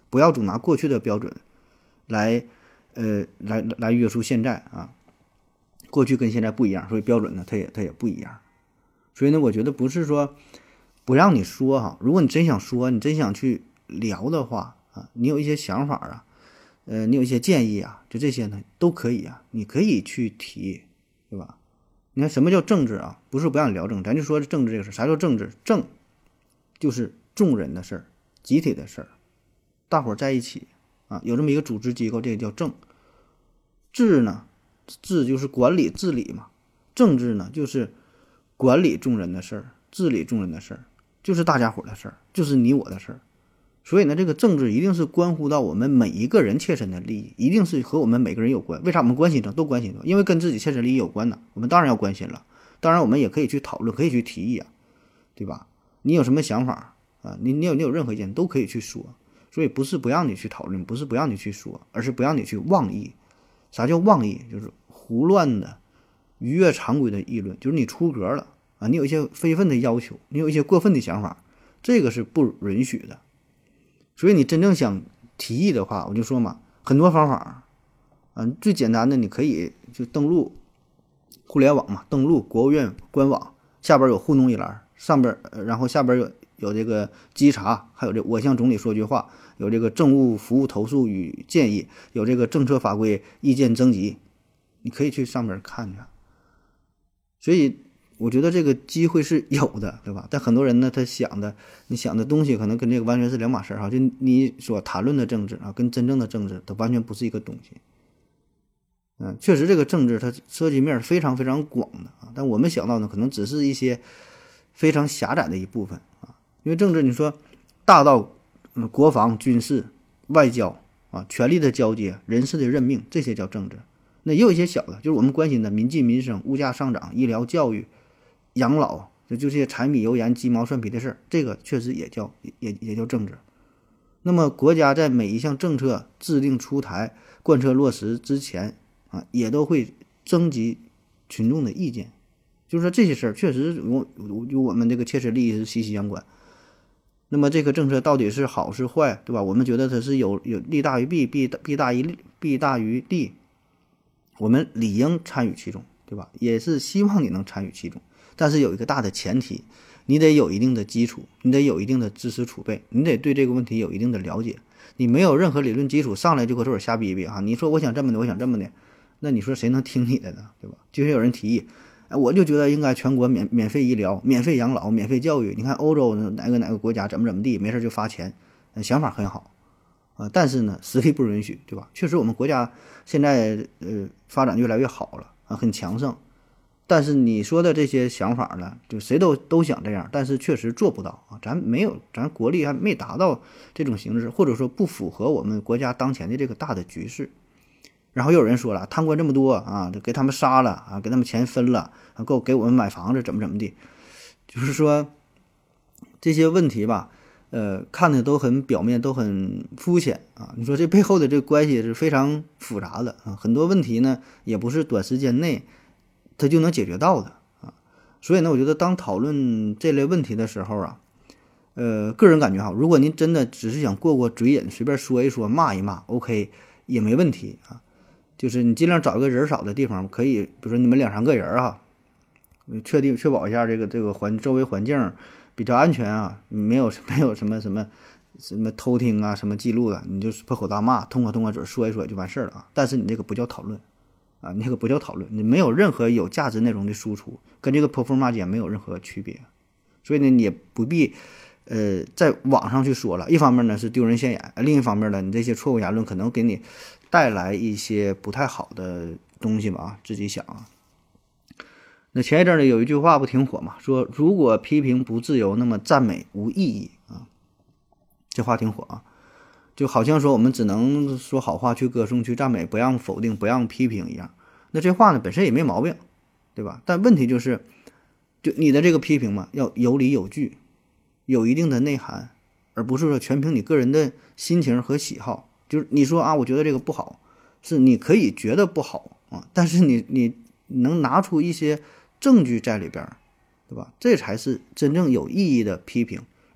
不要总拿过去的标准来呃来来约束现在啊。过去跟现在不一样，所以标准呢它也它也不一样。所以呢，我觉得不是说不让你说哈，如果你真想说，你真想去聊的话啊，你有一些想法啊，呃，你有一些建议啊，就这些呢都可以啊，你可以去提，对吧？你看什么叫政治啊？不是不让你聊政治，咱就说政治这个事。啥叫政治？政就是众人的事儿，集体的事儿，大伙儿在一起啊，有这么一个组织机构，这个叫政。治呢？治就是管理治理嘛，政治呢就是管理众人的事儿，治理众人的事儿，就是大家伙的事儿，就是你我的事儿。所以呢，这个政治一定是关乎到我们每一个人切身的利益，一定是和我们每个人有关。为啥我们关心这都关心这？因为跟自己切身利益有关呢，我们当然要关心了。当然我们也可以去讨论，可以去提议啊，对吧？你有什么想法啊？你你有你有任何意见都可以去说。所以不是不让你去讨论，不是不让你去说，而是不让你去妄议。啥叫妄议？就是胡乱的、逾越常规的议论，就是你出格了啊！你有一些非分的要求，你有一些过分的想法，这个是不允许的。所以你真正想提议的话，我就说嘛，很多方法啊，最简单的你可以就登录互联网嘛，登录国务院官网，下边有互动一栏，上边然后下边有有这个稽查，还有这我向总理说句话。有这个政务服务投诉与建议，有这个政策法规意见征集，你可以去上面看看。所以我觉得这个机会是有的，对吧？但很多人呢，他想的你想的东西可能跟这个完全是两码事儿哈，就你所谈论的政治啊，跟真正的政治它完全不是一个东西。嗯，确实这个政治它涉及面非常非常广的啊，但我们想到呢，可能只是一些非常狭窄的一部分啊，因为政治你说大到嗯，国防、军事、外交啊，权力的交接、人事的任命，这些叫政治。那也有一些小的，就是我们关心的民计民生、物价上涨、医疗、教育、养老，就就这些柴米油盐、鸡毛蒜皮的事儿，这个确实也叫也也叫政治。那么国家在每一项政策制定出台、贯彻落实之前啊，也都会征集群众的意见，就是说这些事儿确实与与我们这个切身利益是息息相关。那么这个政策到底是好是坏，对吧？我们觉得它是有有利大于弊，弊弊大于利，弊大于利，我们理应参与其中，对吧？也是希望你能参与其中，但是有一个大的前提，你得有一定的基础，你得有一定的知识储备，你得对这个问题有一定的了解。你没有任何理论基础，上来就搁这儿瞎逼逼啊！你说我想这么的，我想这么的，那你说谁能听你的呢？对吧？就像有人提议。我就觉得应该全国免免费医疗、免费养老、免费教育。你看欧洲哪个哪个国家怎么怎么地，没事就发钱，想法很好啊、呃，但是呢，实力不允许，对吧？确实我们国家现在呃发展越来越好了啊，很强盛。但是你说的这些想法呢，就谁都都想这样，但是确实做不到啊。咱没有，咱国力还没达到这种形式，或者说不符合我们国家当前的这个大的局势。然后又有人说了，贪官这么多啊，就给他们杀了啊，给他们钱分了，啊，够给我们买房子，怎么怎么地，就是说这些问题吧，呃，看的都很表面，都很肤浅啊。你说这背后的这个关系是非常复杂的啊，很多问题呢也不是短时间内它就能解决到的啊。所以呢，我觉得当讨论这类问题的时候啊，呃，个人感觉哈，如果您真的只是想过过嘴瘾，随便说一说，骂一骂 ，OK 也没问题啊。就是你尽量找一个人少的地方，可以，比如说你们两三个人啊，确定确保一下这个这个环周围环境比较安全啊，没有没有什么什么什么偷听啊，什么记录的，你就破口大骂，通过通过嘴说一说就完事儿了啊。但是你这个不叫讨论啊，你这个不叫讨论，你没有任何有价值内容的输出，跟这个泼妇骂街没有任何区别。所以呢，你也不必呃在网上去说了。一方面呢是丢人现眼，另一方面呢，你这些错误言论可能给你带来一些不太好的东西吧，自己想啊。那前一阵呢有一句话不挺火嘛，说如果批评不自由，那么赞美无意义啊。这话挺火啊，就好像说我们只能说好话去歌颂去赞美，不让否定不让批评一样。那这话呢本身也没毛病，对吧？但问题就是就你的这个批评嘛，要有理有据，有一定的内涵，而不是说全凭你个人的心情和喜好。就是你说啊，我觉得这个不好，是你可以觉得不好啊，但是你你能拿出一些证据在里边，对吧？这才是真正有意义的批评，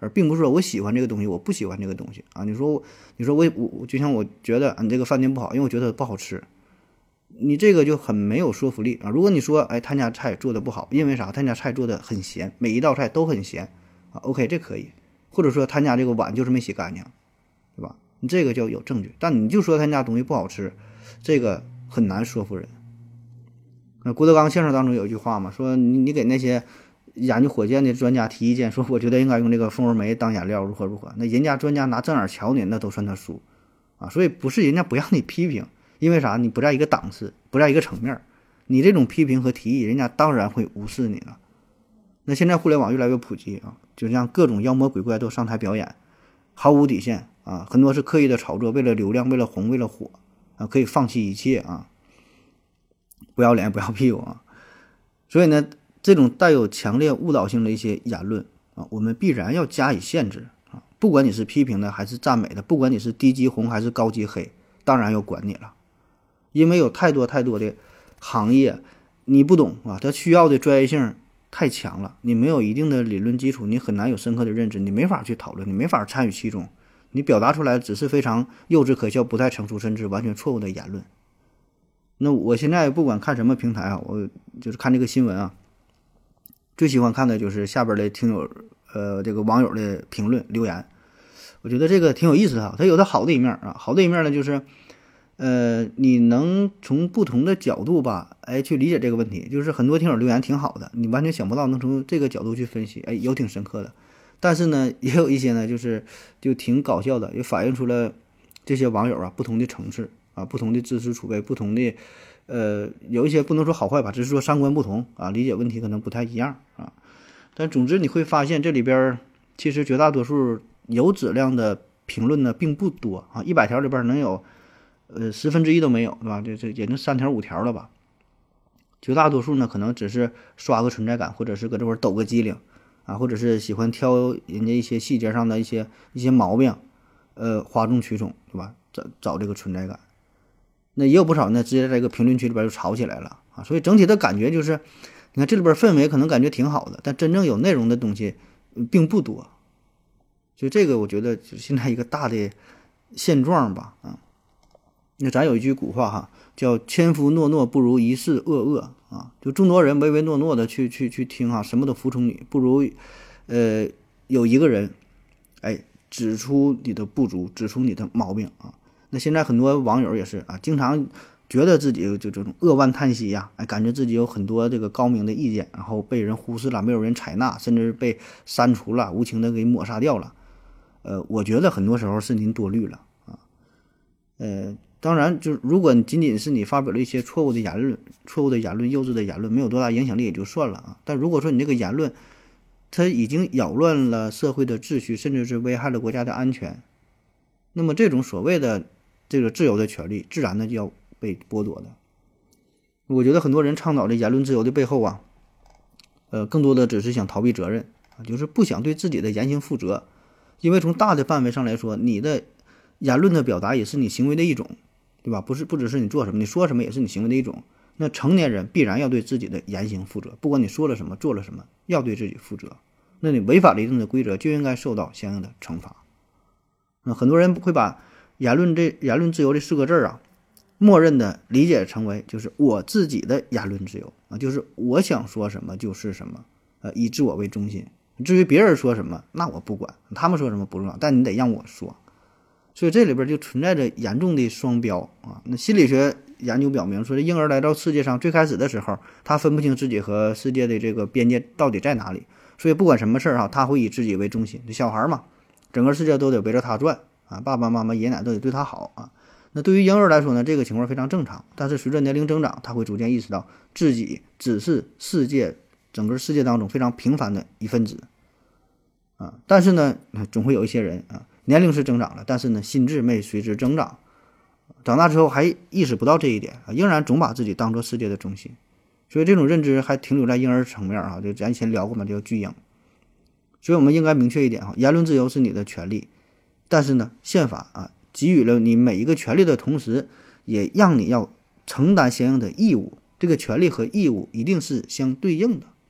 而并不是说我喜欢这个东西，我不喜欢这个东西啊。你说你说我我就像我觉得你这个饭店不好，因为我觉得不好吃，你这个就很没有说服力啊。如果你说哎他家菜做的不好，因为啥？他家菜做的很咸，每一道菜都很咸啊 ，OK 这可以。或者说他家这个碗就是没洗干净，对吧？你这个就有证据。但你就说他家东西不好吃，这个很难说服人。那郭德纲相声当中有一句话嘛，说你你给那些研究火箭的专家提意见，说我觉得应该用这个蜂窝煤当燃料，如何如何，那人家专家拿正眼瞧你，那都算他输啊。所以不是人家不让你批评，因为啥？你不在一个档次，不在一个层面，你这种批评和提议，人家当然会无视你了。那现在互联网越来越普及啊，就像各种妖魔鬼怪都上台表演，毫无底线啊，很多是刻意的炒作，为了流量，为了红，为了火啊，可以放弃一切啊，不要脸不要屁股啊。所以呢，这种带有强烈误导性的一些言论啊，我们必然要加以限制啊。不管你是批评的还是赞美的，不管你是低级红还是高级黑，当然要管你了，因为有太多太多的行业你不懂啊，它需要的专业性太强了，你没有一定的理论基础，你很难有深刻的认知，你没法去讨论，你没法参与其中，你表达出来只是非常幼稚可笑、不太成熟甚至完全错误的言论。那我现在不管看什么平台啊，我就是看这个新闻啊，最喜欢看的就是下边的听友呃这个网友的评论留言，我觉得这个挺有意思的，它有它好的一面啊，好的一面呢就是呃，你能从不同的角度吧，哎，去理解这个问题。就是很多听友留言挺好的，你完全想不到能从这个角度去分析，哎，有挺深刻的。但是呢，也有一些呢，就是就挺搞笑的，也反映出了这些网友啊不同的层次啊，不同的知识储备，不同的呃，有一些不能说好坏吧，只是说三观不同啊，理解问题可能不太一样啊。但总之你会发现这里边其实绝大多数有质量的评论呢并不多啊，一百条里边能有。呃，十分之一都没有，对吧？这这也就三条五条了吧。绝大多数呢，可能只是刷个存在感，或者是搁这会儿抖个机灵啊，或者是喜欢挑人家一些细节上的一些一些毛病，呃，哗众取宠，对吧？找找这个存在感。那也有不少呢，直接在这个评论区里边就吵起来了啊。所以整体的感觉就是，你看这里边氛围可能感觉挺好的，但真正有内容的东西、呃、并不多。所以这个我觉得就是现在一个大的现状吧，啊。那咱有一句古话哈，叫千夫诺诺不如一世恶恶啊，就众多人唯唯诺诺的去去去听哈，什么都服从你，不如呃有一个人哎指出你的不足，指出你的毛病啊。那现在很多网友也是啊，经常觉得自己就这种扼腕叹息呀，哎，感觉自己有很多这个高明的意见，然后被人忽视了，没有人采纳，甚至被删除了，无情的给抹杀掉了。呃，我觉得很多时候是您多虑了啊，呃。当然，就如果你仅仅是你发表了一些错误的言论、错误的言论、幼稚的言论，没有多大影响力也就算了啊。但如果说你这个言论，它已经扰乱了社会的秩序，甚至是危害了国家的安全，那么这种所谓的这个自由的权利，自然的就要被剥夺的。我觉得很多人倡导的言论自由的背后啊，呃，更多的只是想逃避责任啊，就是不想对自己的言行负责。因为从大的范围上来说，你的言论的表达也是你行为的一种。对吧？不是，不只是你做什么，你说什么也是你行为的一种。那成年人必然要对自己的言行负责，不管你说了什么，做了什么，要对自己负责。那你违反了一定的规则，就应该受到相应的惩罚。那很多人会把言论这言论自由这四个字啊，默认的理解成为就是我自己的言论自由啊，就是我想说什么就是什么，呃，以自我为中心。至于别人说什么，那我不管，他们说什么不重要，但你得让我说。所以这里边就存在着严重的双标啊！那心理学研究表明，说婴儿来到世界上最开始的时候，他分不清自己和世界的这个边界到底在哪里，所以不管什么事儿哈，他会以自己为中心。小孩嘛，整个世界都得围着他转啊，爸爸妈妈、爷爷奶奶都得对他好啊。那对于婴儿来说呢，这个情况非常正常。但是随着年龄增长，他会逐渐意识到自己只是世界整个世界当中非常平凡的一份子啊。但是呢，总会有一些人啊。年龄是增长了，但是呢，心智没随之增长。长大之后还意识不到这一点啊，仍然总把自己当作世界的中心，所以这种认知还停留在婴儿层面啊。就咱以前聊过嘛，叫巨婴。所以我们应该明确一点哈，言论自由是你的权利，但是呢，宪法啊给予了你每一个权利的同时，也让你要承担相应的义务。这个权利和义务一定是相对应的，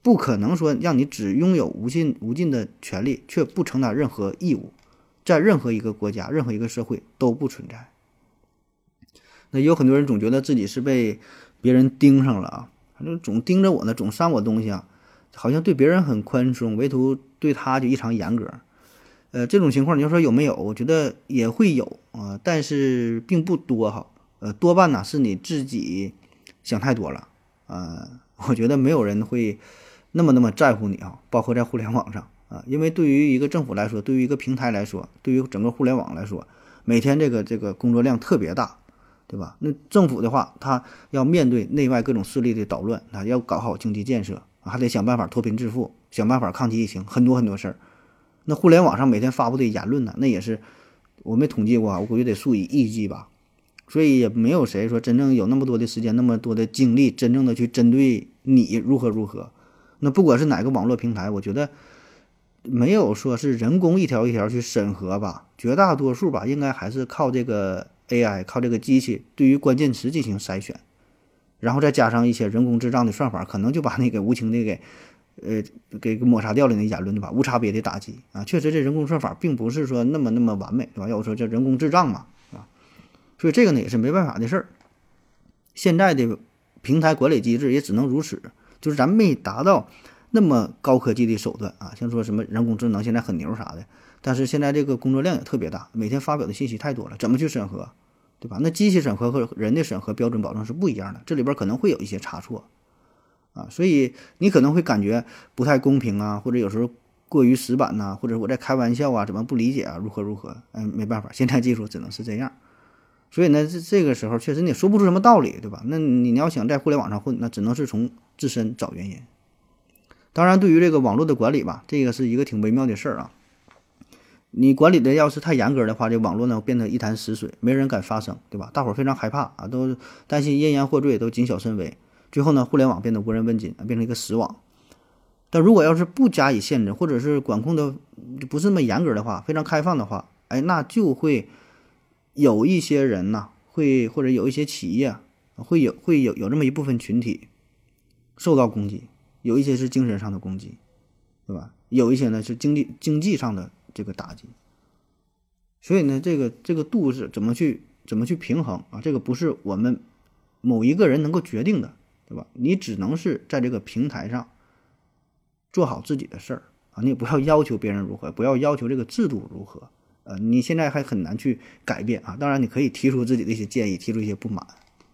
不可能说让你只拥有无尽无尽的权利，却不承担任何义务，在任何一个国家、任何一个社会都不存在。那有很多人总觉得自己是被别人盯上了啊，反正总盯着我呢，总删我东西啊，好像对别人很宽松，唯独对他就异常严格。呃，这种情况你要说有没有？我觉得也会有啊、呃，但是并不多哈。呃，多半呢是你自己想太多了啊、呃。我觉得没有人会那么那么在乎你啊，包括在互联网上啊，因为对于一个政府来说，对于一个平台来说，对于整个互联网来说，每天这个这个工作量特别大，对吧？那政府的话，他要面对内外各种势力的捣乱，他要搞好经济建设，还得想办法脱贫致富，想办法抗击疫情，很多很多事儿。那互联网上每天发布的言论呢，那也是我没统计过啊，我估计得数以亿计吧。所以也没有谁说真正有那么多的时间、那么多的精力，真正的去针对你如何如何。那不管是哪个网络平台，我觉得没有说是人工一条一条去审核吧，绝大多数吧，应该还是靠这个 A I， 靠这个机器对于关键词进行筛选，然后再加上一些人工智障的算法，可能就把那个无情的给呃给抹杀掉了那言论，对吧？无差别的打击啊，确实这人工算法并不是说那么那么完美，对吧？要说叫人工智障嘛，啊，所以这个呢也是没办法的事儿。现在的平台管理机制也只能如此，就是咱没达到那么高科技的手段啊，像说什么人工智能现在很牛啥的，但是现在这个工作量也特别大，每天发表的信息太多了，怎么去审核，对吧？那机器审核和人的审核标准保证是不一样的，这里边可能会有一些差错啊，所以你可能会感觉不太公平啊，或者有时候过于死板呐、啊，或者我在开玩笑啊，怎么不理解啊，如何如何，嗯，没办法，现在技术只能是这样。所以呢，这这个时候确实你也说不出什么道理，对吧？那你要想在互联网上混，那只能是从自身找原因。当然，对于这个网络的管理吧，这个是一个挺微妙的事儿啊。你管理的要是太严格的话，这网络呢变得一潭死水，没人敢发声，对吧？大伙儿非常害怕啊，都担心因言获罪，都谨小慎微。最后呢，互联网变得无人问津，变成一个死网。但如果要是不加以限制，或者是管控的不是那么严格的话，非常开放的话，哎，那就会有一些人呐、啊，会或者有一些企业会有会有有这么一部分群体受到攻击，有一些是精神上的攻击，对吧？有一些呢是经济经济上的这个打击。所以呢，这个这个度是怎么去怎么去平衡啊？这个不是我们某一个人能够决定的，对吧？你只能是在这个平台上做好自己的事儿啊，你也不要要求别人如何，不要要求这个制度如何。呃，你现在还很难去改变啊，当然你可以提出自己的一些建议，提出一些不满。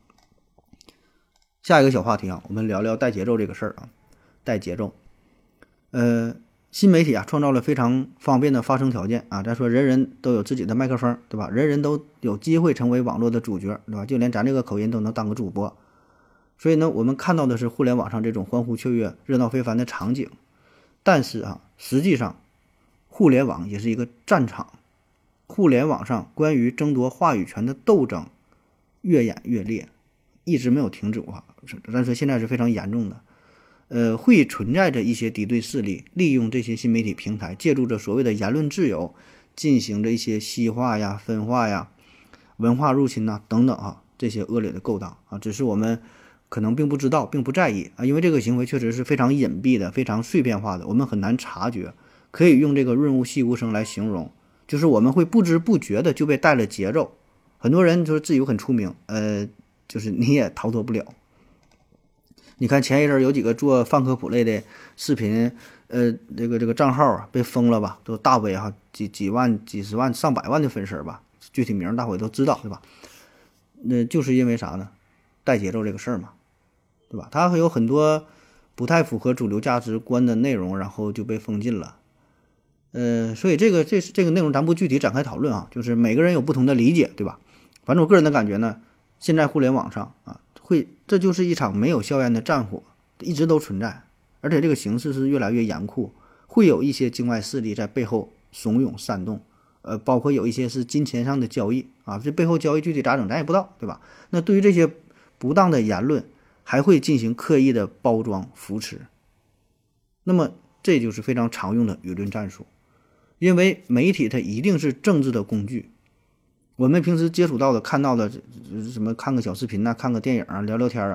下一个小话题啊，我们聊聊带节奏这个事儿啊，带节奏。呃，新媒体啊，创造了非常方便的发声条件啊。咱说人人都有自己的麦克风，对吧？人人都有机会成为网络的主角，对吧？就连咱这个口音都能当个主播。所以呢，我们看到的是互联网上这种欢呼雀跃、热闹非凡的场景，但是啊，实际上，互联网也是一个战场。互联网上关于争夺话语权的斗争越演越烈，一直没有停止过，但是现在是非常严重的。呃，会存在着一些敌对势力，利用这些新媒体平台，借助着所谓的言论自由，进行着一些西化呀、分化呀、文化入侵呐等等啊，这些恶劣的勾当啊，只是我们可能并不知道，并不在意啊，因为这个行为确实是非常隐蔽的、非常碎片化的，我们很难察觉，可以用这个润物细无声来形容。就是我们会不知不觉的就被带了节奏，很多人就是自以为很出名，呃，就是你也逃脱不了。你看前一阵有几个做泛科普类的视频，呃，这个这个账号啊被封了吧，都大 V 哈，几几万、几十万、上百万的粉丝吧，具体名大伙也都知道，对吧？那就是因为啥呢？带节奏这个事儿嘛，对吧？它还有很多不太符合主流价值观的内容，然后就被封禁了。呃，所以这个这这个内容咱不具体展开讨论啊，就是每个人有不同的理解，对吧？反正我个人的感觉呢，现在互联网上啊，会这就是一场没有硝烟的战火，一直都存在，而且这个形势是越来越严酷，会有一些境外势力在背后怂恿煽动，呃，包括有一些是金钱上的交易啊，这背后交易具体咋整咱也不知道，对吧？那对于这些不当的言论，还会进行刻意的包装扶持，那么这就是非常常用的舆论战术。因为媒体它一定是政治的工具，我们平时接触到的、看到的，什么看个小视频呐、啊，看个电影啊，聊聊天啊，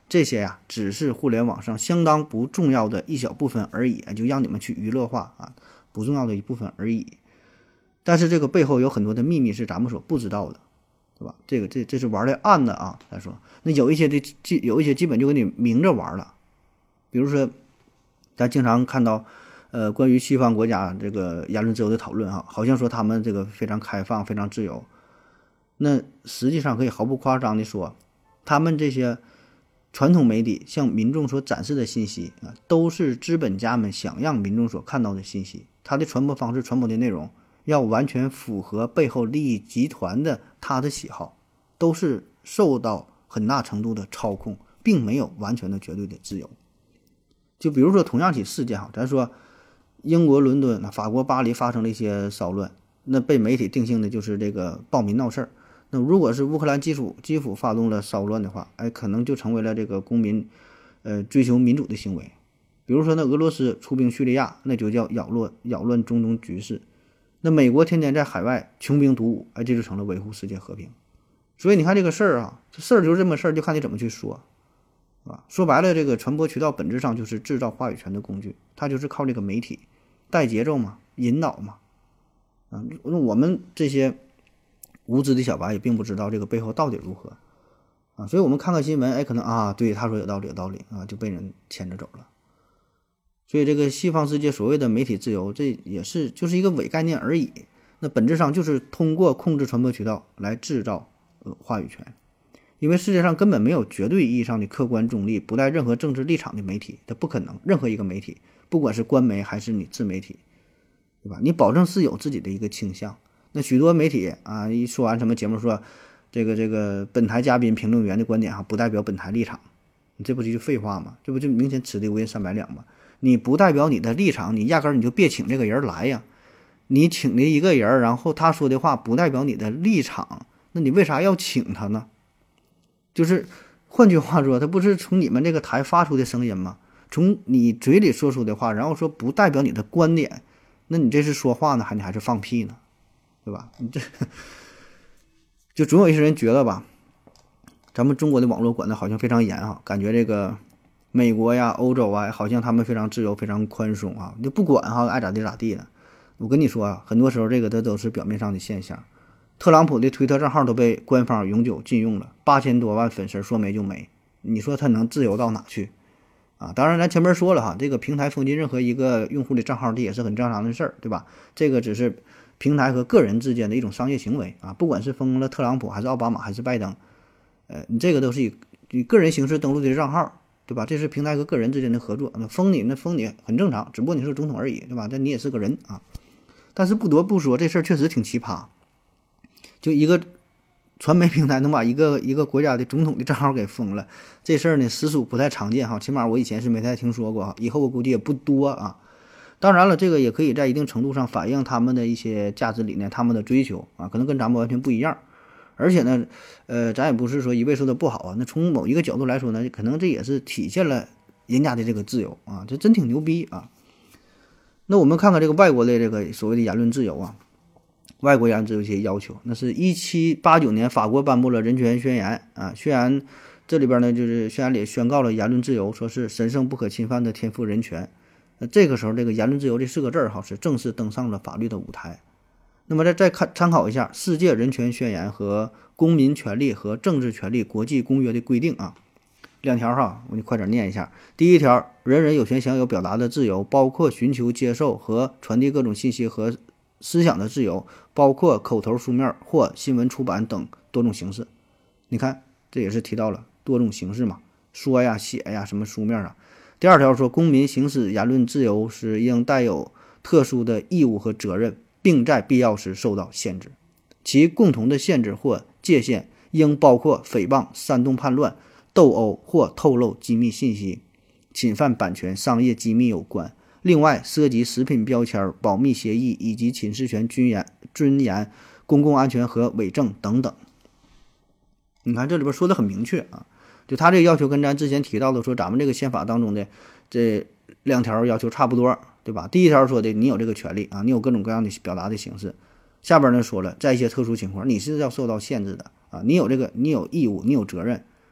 这些呀只是互联网上相当不重要的一小部分而已，就让你们去娱乐化啊，不重要的一部分而已。但是这个背后有很多的秘密是咱们所不知道的，对吧？这个这这是玩的暗的啊。他说，那有一些的基有一些基本就给你明着玩了，比如说咱经常看到，呃，关于西方国家这个言论自由的讨论哈，好像说他们这个非常开放、非常自由。那实际上可以毫不夸张的说，他们这些传统媒体向民众所展示的信息啊，都是资本家们想让民众所看到的信息。它的传播方式、传播的内容要完全符合背后利益集团的他的喜好，都是受到很大程度的操控，并没有完全的绝对的自由。就比如说同样起事件哈，咱说英国伦敦、法国巴黎发生了一些骚乱，那被媒体定性的就是这个暴民闹事儿。那如果是乌克兰基辅基辅发动了骚乱的话，哎，可能就成为了这个公民呃追求民主的行为。比如说呢，俄罗斯出兵叙利亚，那就叫扰乱扰乱中东局势。那美国天天在海外穷兵黩武，哎，这就成了维护世界和平。所以你看这个事儿啊，这事儿就是这么事儿，就看你怎么去说。啊，说白了，这个传播渠道本质上就是制造话语权的工具，它就是靠这个媒体带节奏嘛，引导嘛。啊，我们这些无知的小白也并不知道这个背后到底如何啊，所以我们看看新闻，哎，可能啊，对他说有道理，有道理啊，就被人牵着走了。所以这个西方世界所谓的媒体自由，这也是就是一个伪概念而已。那本质上就是通过控制传播渠道来制造呃话语权。因为世界上根本没有绝对意义上的客观中立、不带任何政治立场的媒体，它不可能。任何一个媒体，不管是官媒还是你自媒体，对吧？你保证是有自己的一个倾向。那许多媒体啊，一说完什么节目说这个这个本台嘉宾评论员的观点哈、啊，不代表本台立场，你这不就是废话吗？这不就明显此地无银三百两吗？你不代表你的立场，你压根儿你就别请这个人来呀。你请了一个人，然后他说的话不代表你的立场，那你为啥要请他呢？就是换句话说，他不是从你们这个台发出的声音吗？从你嘴里说出的话，然后说不代表你的观点，那你这是说话呢，还你还是放屁呢？对吧？你这就总有一些人觉得吧，咱们中国的网络管得好像非常严啊，感觉这个美国呀、欧洲啊，好像他们非常自由、非常宽松啊，就不管哈，爱咋地咋地的。我跟你说啊，很多时候这个它都是表面上的现象。特朗普的推特账号都被官方永久禁用了，八千多万粉丝说没就没，你说他能自由到哪去啊？当然咱前面说了哈，这个平台封禁任何一个用户的账号，这也是很正常的事儿，对吧？这个只是平台和个人之间的一种商业行为啊，不管是封了特朗普还是奥巴马还是拜登，呃，你这个都是以以个人形式登录的账号，对吧？这是平台和个人之间的合作，那封你那封你很正常，只不过你是总统而已，对吧？但你也是个人啊。但是不得不说，这事儿确实挺奇葩。就一个传媒平台能把一个一个国家的总统的账号给封了，这事儿呢实属不太常见哈，起码我以前是没太听说过哈，以后我估计也不多啊。当然了，这个也可以在一定程度上反映他们的一些价值理念，他们的追求啊，可能跟咱们完全不一样。而且呢，呃，咱也不是说一味说的不好啊，那从某一个角度来说呢，可能这也是体现了人家的这个自由啊，这真挺牛逼啊。那我们看看这个外国的这个所谓的言论自由啊。外国言论自由一些要求，那是一七八九年法国颁布了人权宣言啊，宣言这里边呢就是宣言里宣告了言论自由，说是神圣不可侵犯的天赋人权。那这个时候这个言论自由这四个字儿哈是正式登上了法律的舞台。那么再再看参考一下世界人权宣言和公民权利和政治权利国际公约的规定啊，两条哈，我就快点念一下。第一条，人人有权享有表达的自由，包括寻求、接受和传递各种信息和思想的自由，包括口头、书面或新闻出版等多种形式。你看，这也是提到了多种形式嘛，说呀、写呀，什么书面啊。第二条说，公民行使言论自由时应带有特殊的义务和责任，并在必要时受到限制。其共同的限制或界限应包括诽谤、煽动叛乱、斗殴或透露机密信息、侵犯版权、商业机密有关。另外，涉及食品标签、保密协议以及侵蚀权、尊严、尊严、公共安全和伪证等等。你看这里边说的很明确啊，就他这个要求跟咱之前提到的说咱们这个宪法当中的这两条要求差不多，对吧？第一条说的你有这个权利啊，你有各种各样的表达的形式。下边呢说了，在一些特殊情况你是要受到限制的啊，你有这个你有义务，你有责任。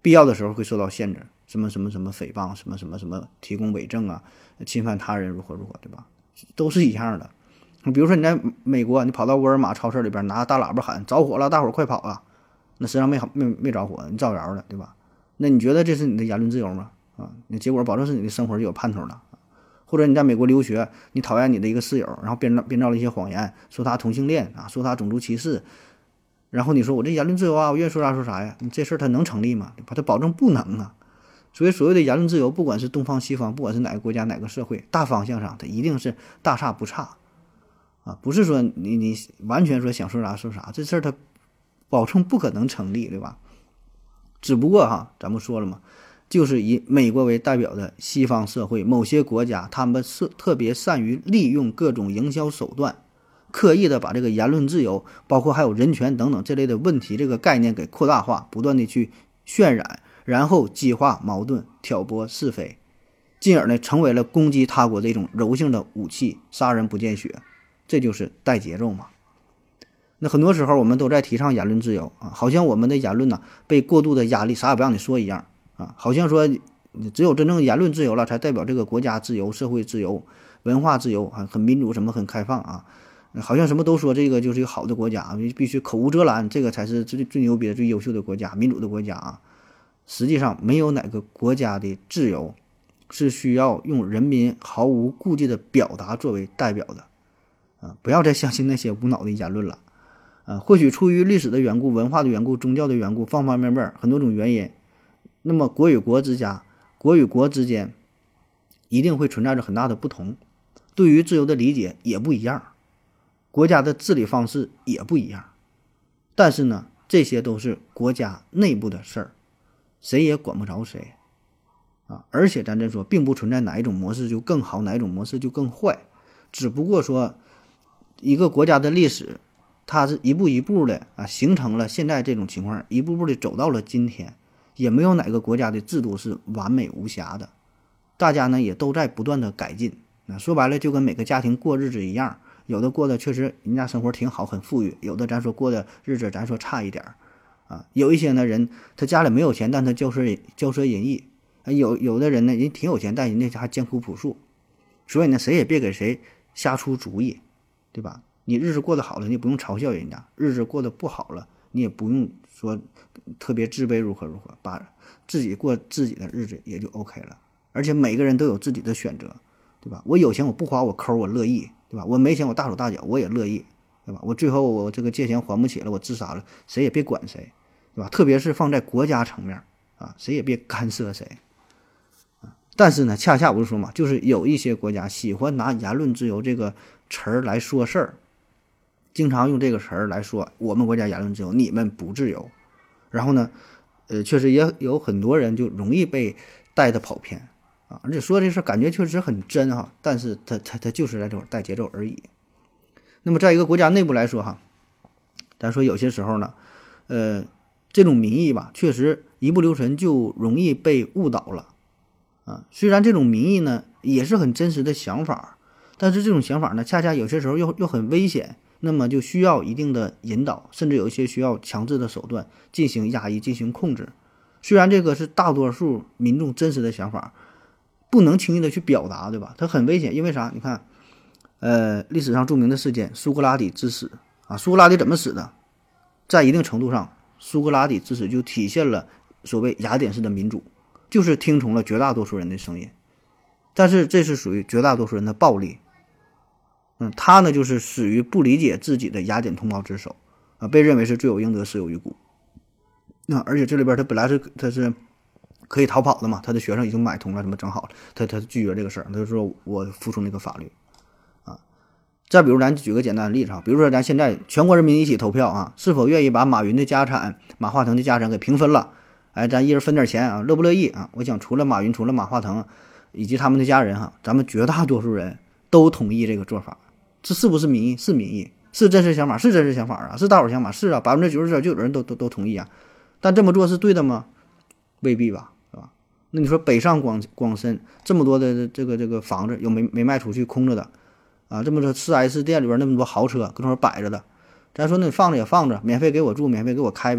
必要的时候会受到限制，什么什么什么诽谤，什么什么什么提供伪证啊，侵犯他人如何如何，对吧？都是一样的。比如说你在美国，你跑到沃尔玛超市里边拿大喇叭喊着火了，大伙儿快跑啊！那实际上没没没着火，你照着了，对吧？那你觉得这是你的言论自由吗？啊，那结果保证是你的生活就有盼头了。或者你在美国留学，你讨厌你的一个室友，然后编造编造了一些谎言，说他同性恋啊，说他种族歧视，然后你说我这言论自由啊，我愿意说啥说啥呀？你这事儿它能成立吗？对吧？它保证不能啊。所以所谓的言论自由，不管是东方西方，不管是哪个国家哪个社会，大方向上它一定是大差不差啊，不是说你你完全说想说啥说啥，这事儿它保证不可能成立，对吧？只不过哈，咱们说了嘛，就是以美国为代表的西方社会，某些国家他们是特别善于利用各种营销手段，刻意的把这个言论自由，包括还有人权等等这类的问题，这个概念给扩大化，不断的去渲染，然后激化矛盾，挑拨是非，进而呢成为了攻击他国的一种柔性的武器，杀人不见血，这就是带节奏嘛。那很多时候我们都在提倡言论自由啊，好像我们的言论呢被过度的压力，啥也不让你说一样啊，好像说只有真正言论自由了，才代表这个国家自由、社会自由、文化自由啊，很民主，什么很开放啊，好像什么都说这个就是一个好的国家，必须口无遮拦，这个才是最最牛逼的、最优秀的国家、民主的国家啊。实际上，没有哪个国家的自由是需要用人民毫无顾忌的表达作为代表的啊！不要再相信那些无脑的言论了。啊，或许出于历史的缘故、文化的缘故、宗教的缘故，方方面面很多种原因，那么国与国之家、国与国之间一定会存在着很大的不同，对于自由的理解也不一样，国家的治理方式也不一样。但是呢，这些都是国家内部的事儿，谁也管不着谁啊！而且咱这说，并不存在哪一种模式就更好，哪一种模式就更坏，只不过说一个国家的历史，它是一步一步的啊，形成了现在这种情况，一步步的走到了今天，也没有哪个国家的制度是完美无瑕的，大家呢也都在不断的改进。那说白了，就跟每个家庭过日子一样，有的过得确实人家生活挺好，很富裕，有的咱说过的日子咱说差一点啊。有一些呢人他家里没有钱，但他骄奢骄奢淫逸，有有的人呢人挺有钱，但人家还艰苦朴素。所以呢，谁也别给谁瞎出主意，对吧？你日子过得好了，你不用嘲笑人家；日子过得不好了，你也不用说特别自卑如何如何，把自己过自己的日子也就 OK 了。而且每个人都有自己的选择，对吧？我有钱我不花，我抠我乐意，对吧？我没钱我大手大脚我也乐意，对吧？我最后我这个借钱还不起了，我自杀了，谁也别管谁，对吧？特别是放在国家层面啊，谁也别干涉谁。但是呢，恰恰不是说嘛，就是有一些国家喜欢拿言论自由这个词儿来说事儿，经常用这个词儿来说我们国家言论自由，你们不自由。然后呢，呃，确实也有很多人就容易被带的跑偏啊，而且说这事感觉确实很真哈，但是他他他就是在这会儿带节奏而已。那么在一个国家内部来说哈，咱说有些时候呢，呃，这种民意吧，确实一不留神就容易被误导了。啊，虽然这种民意呢也是很真实的想法，但是这种想法呢，恰恰有些时候又又很危险，那么就需要一定的引导，甚至有一些需要强制的手段进行压抑、进行控制。虽然这个是大多数民众真实的想法，不能轻易的去表达，对吧？它很危险，因为啥？你看，呃，历史上著名的事件苏格拉底之死啊，苏格拉底怎么死的？在一定程度上，苏格拉底之死就体现了所谓雅典式的民主。就是听从了绝大多数人的声音，但是这是属于绝大多数人的暴力。嗯，他呢就是死于不理解自己的雅典同胞之手啊，被认为是罪有应得，死有余辜。那、啊、而且这里边他本来是他是可以逃跑的嘛，他的学生已经买通了，什么整好了，他他拒绝这个事儿，他就说我服从那个法律啊。再比如咱举个简单的例子啊，比如说咱现在全国人民一起投票啊，是否愿意把马云的家产、马化腾的家产给平分了？哎，咱一人分点钱啊，乐不乐意啊？我想除了马云，除了马化腾以及他们的家人哈，咱们绝大多数人都同意这个做法。这是不是民意？是民意，是真实想法，是真实想法啊，是大伙想法，是啊，百分之九十九点九的人都都都同意啊。但这么做是对的吗？未必吧，是吧？那你说北上广广深这么多的这个这个房子有没没卖出去空着的啊？这么多 四 S 店里边那么多豪车搁那摆着的，咱说那你放着也放着，免费给我住，免费给我开呗。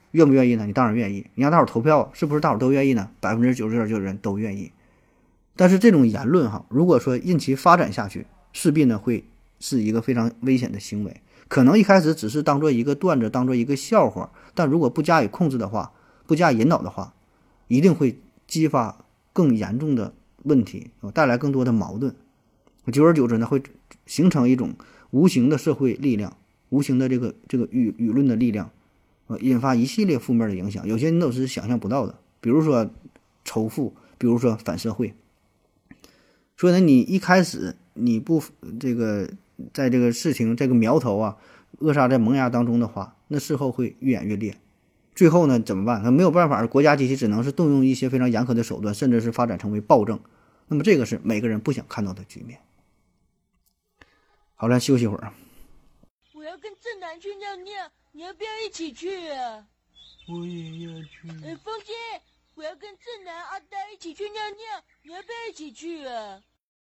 愿不愿意呢？你当然愿意。你让大伙投票，是不是大伙都愿意呢？百分之九十九的人都愿意。但是这种言论哈，如果说任其发展下去，势必呢会是一个非常危险的行为。可能一开始只是当做一个段子，当做一个笑话，但如果不加以控制的话，不加以引导的话，一定会激发更严重的问题，带来更多的矛盾。久而久之呢，会形成一种无形的社会力量，无形的这个这个舆舆论的力量，呃，引发一系列负面的影响。有些人都是想象不到的，比如说仇富，比如说反社会。所以呢，你一开始你不这个在这个事情这个苗头啊扼杀在萌芽当中的话，那事后会越演越烈。最后呢怎么办？那没有办法，国家机器只能是动用一些非常严苛的手段，甚至是发展成为暴政。那么这个是每个人不想看到的局面。好了，休息会儿。 我要跟正南去尿尿，你要不要一起去啊？ 我也要去。 呃，风心，我要跟正南、阿呆一起去尿尿，你要不要一起去啊？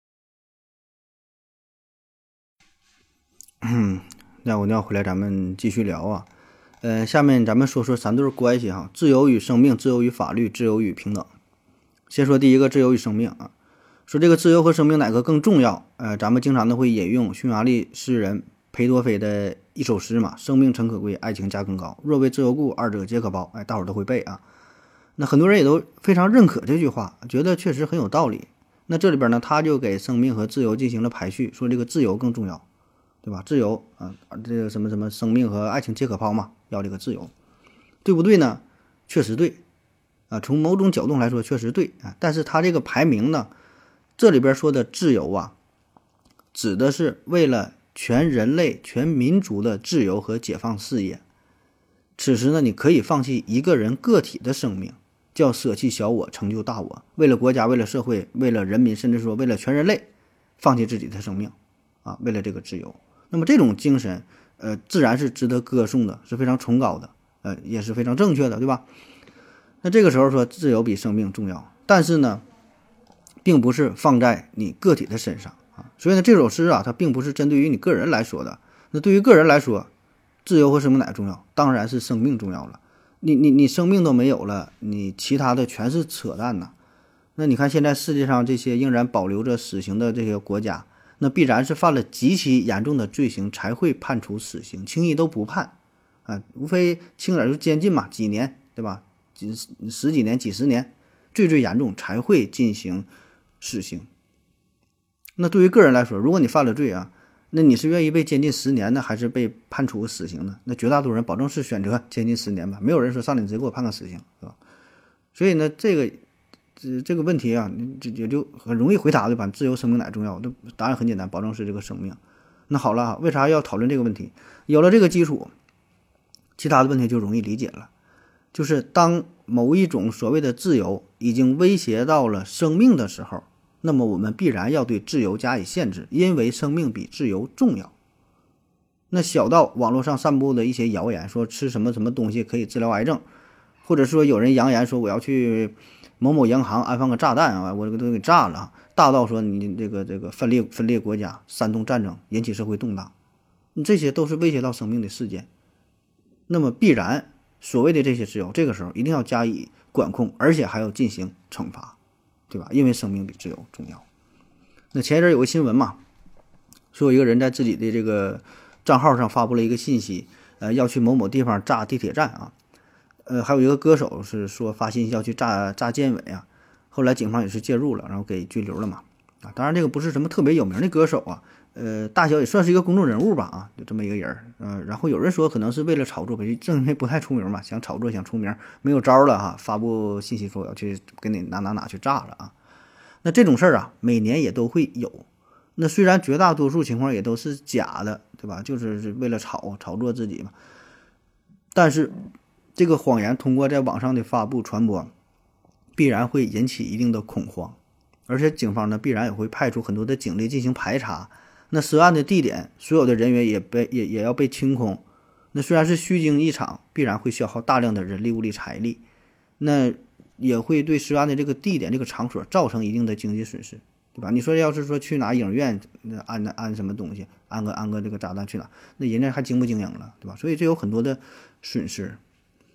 嗯，那我尿回来咱们继续聊啊。呃，下面咱们说说三对关系哈，自由与生命，自由与法律，自由与平等。先说第一个，自由与生命啊。说这个自由和生命哪个更重要？呃，咱们经常的会引用匈牙利诗人裴多菲的一首诗嘛，生命诚可贵，爱情价更高，若为自由故，二者皆可抛。哎，大伙儿都会背啊。那很多人也都非常认可这句话，觉得确实很有道理。那这里边呢，他就给生命和自由进行了排序，说这个自由更重要，对吧？自由啊，这个什么什么生命和爱情皆可抛嘛，要这个自由，对不对呢？确实对啊，从某种角度来说确实对啊。但是他这个排名呢，这里边说的自由啊，指的是为了全人类、全民族的自由和解放事业。此时呢，你可以放弃一个人个体的生命，叫舍弃小我，成就大我。为了国家，为了社会，为了人民，甚至说为了全人类，放弃自己的生命啊，为了这个自由。那么这种精神，呃，自然是值得歌颂的，是非常崇高的，呃，也是非常正确的，对吧？那这个时候说自由比生命重要，但是呢，并不是放在你个体的身上啊。所以呢，这首诗啊，它并不是针对于你个人来说的。那对于个人来说，自由和生命哪个重要？当然是生命重要了。你你你生命都没有了，你其他的全是扯淡呐。那你看现在世界上这些仍然保留着死刑的这些国家，那必然是犯了极其严重的罪行才会判处死刑，轻易都不判啊，无非轻点就监禁嘛，几年，对吧？几十几年、几十年，最最严重才会进行死刑。那对于个人来说，如果你犯了罪啊，那你是愿意被监禁十年呢，还是被判处死刑呢？那绝大多数人保证是选择监禁十年吧，没有人说上来你直接给我判个死刑，是吧？所以呢，这个这这个问题啊，这也就很容易回答，对吧？自由、生命哪重要？这答案很简单，保证是这个生命。那好了，为啥要讨论这个问题？有了这个基础，其他的问题就容易理解了。就是当某一种所谓的自由已经威胁到了生命的时候，那么我们必然要对自由加以限制，因为生命比自由重要。那小到网络上散布的一些谣言，说吃什么什么东西可以治疗癌症，或者说有人扬言说我要去某某银行安放个炸弹啊，我这个都给炸了。大到说你这个这个分裂分裂国家、煽动战争、引起社会动荡，这些都是威胁到生命的事件。那么必然所谓的这些自由，这个时候一定要加以管控，而且还要进行惩罚，对吧？因为生命比自由重要。那前一阵有个新闻嘛，说有一个人在自己的这个账号上发布了一个信息，呃，要去某某地方炸地铁站啊，呃，还有一个歌手是说发信息要去炸炸建委啊，后来警方也是介入了，然后给拘留了嘛。啊，当然这个不是什么特别有名的歌手啊，呃，大小也算是一个公众人物吧啊，就这么一个人，嗯、呃，然后有人说可能是为了炒作，正因为不太出名嘛，想炒作想出名，没有招了哈，发布信息说要去给你哪哪哪去炸了啊。那这种事儿啊，每年也都会有。那虽然绝大多数情况也都是假的，对吧？就是为了炒炒作自己嘛。但是这个谎言通过在网上的发布传播，必然会引起一定的恐慌，而且警方呢必然也会派出很多的警力进行排查。那涉案的地点，所有的人员也被也也要被清空。那虽然是虚惊一场，必然会消耗大量的人力、物力、财力。那也会对涉案的这个地点、这个场所造成一定的经济损失，对吧？你说要是说去哪影院安安什么东西，安个安个这个炸弹去哪，那人家还经不经营了，对吧？所以这有很多的损失。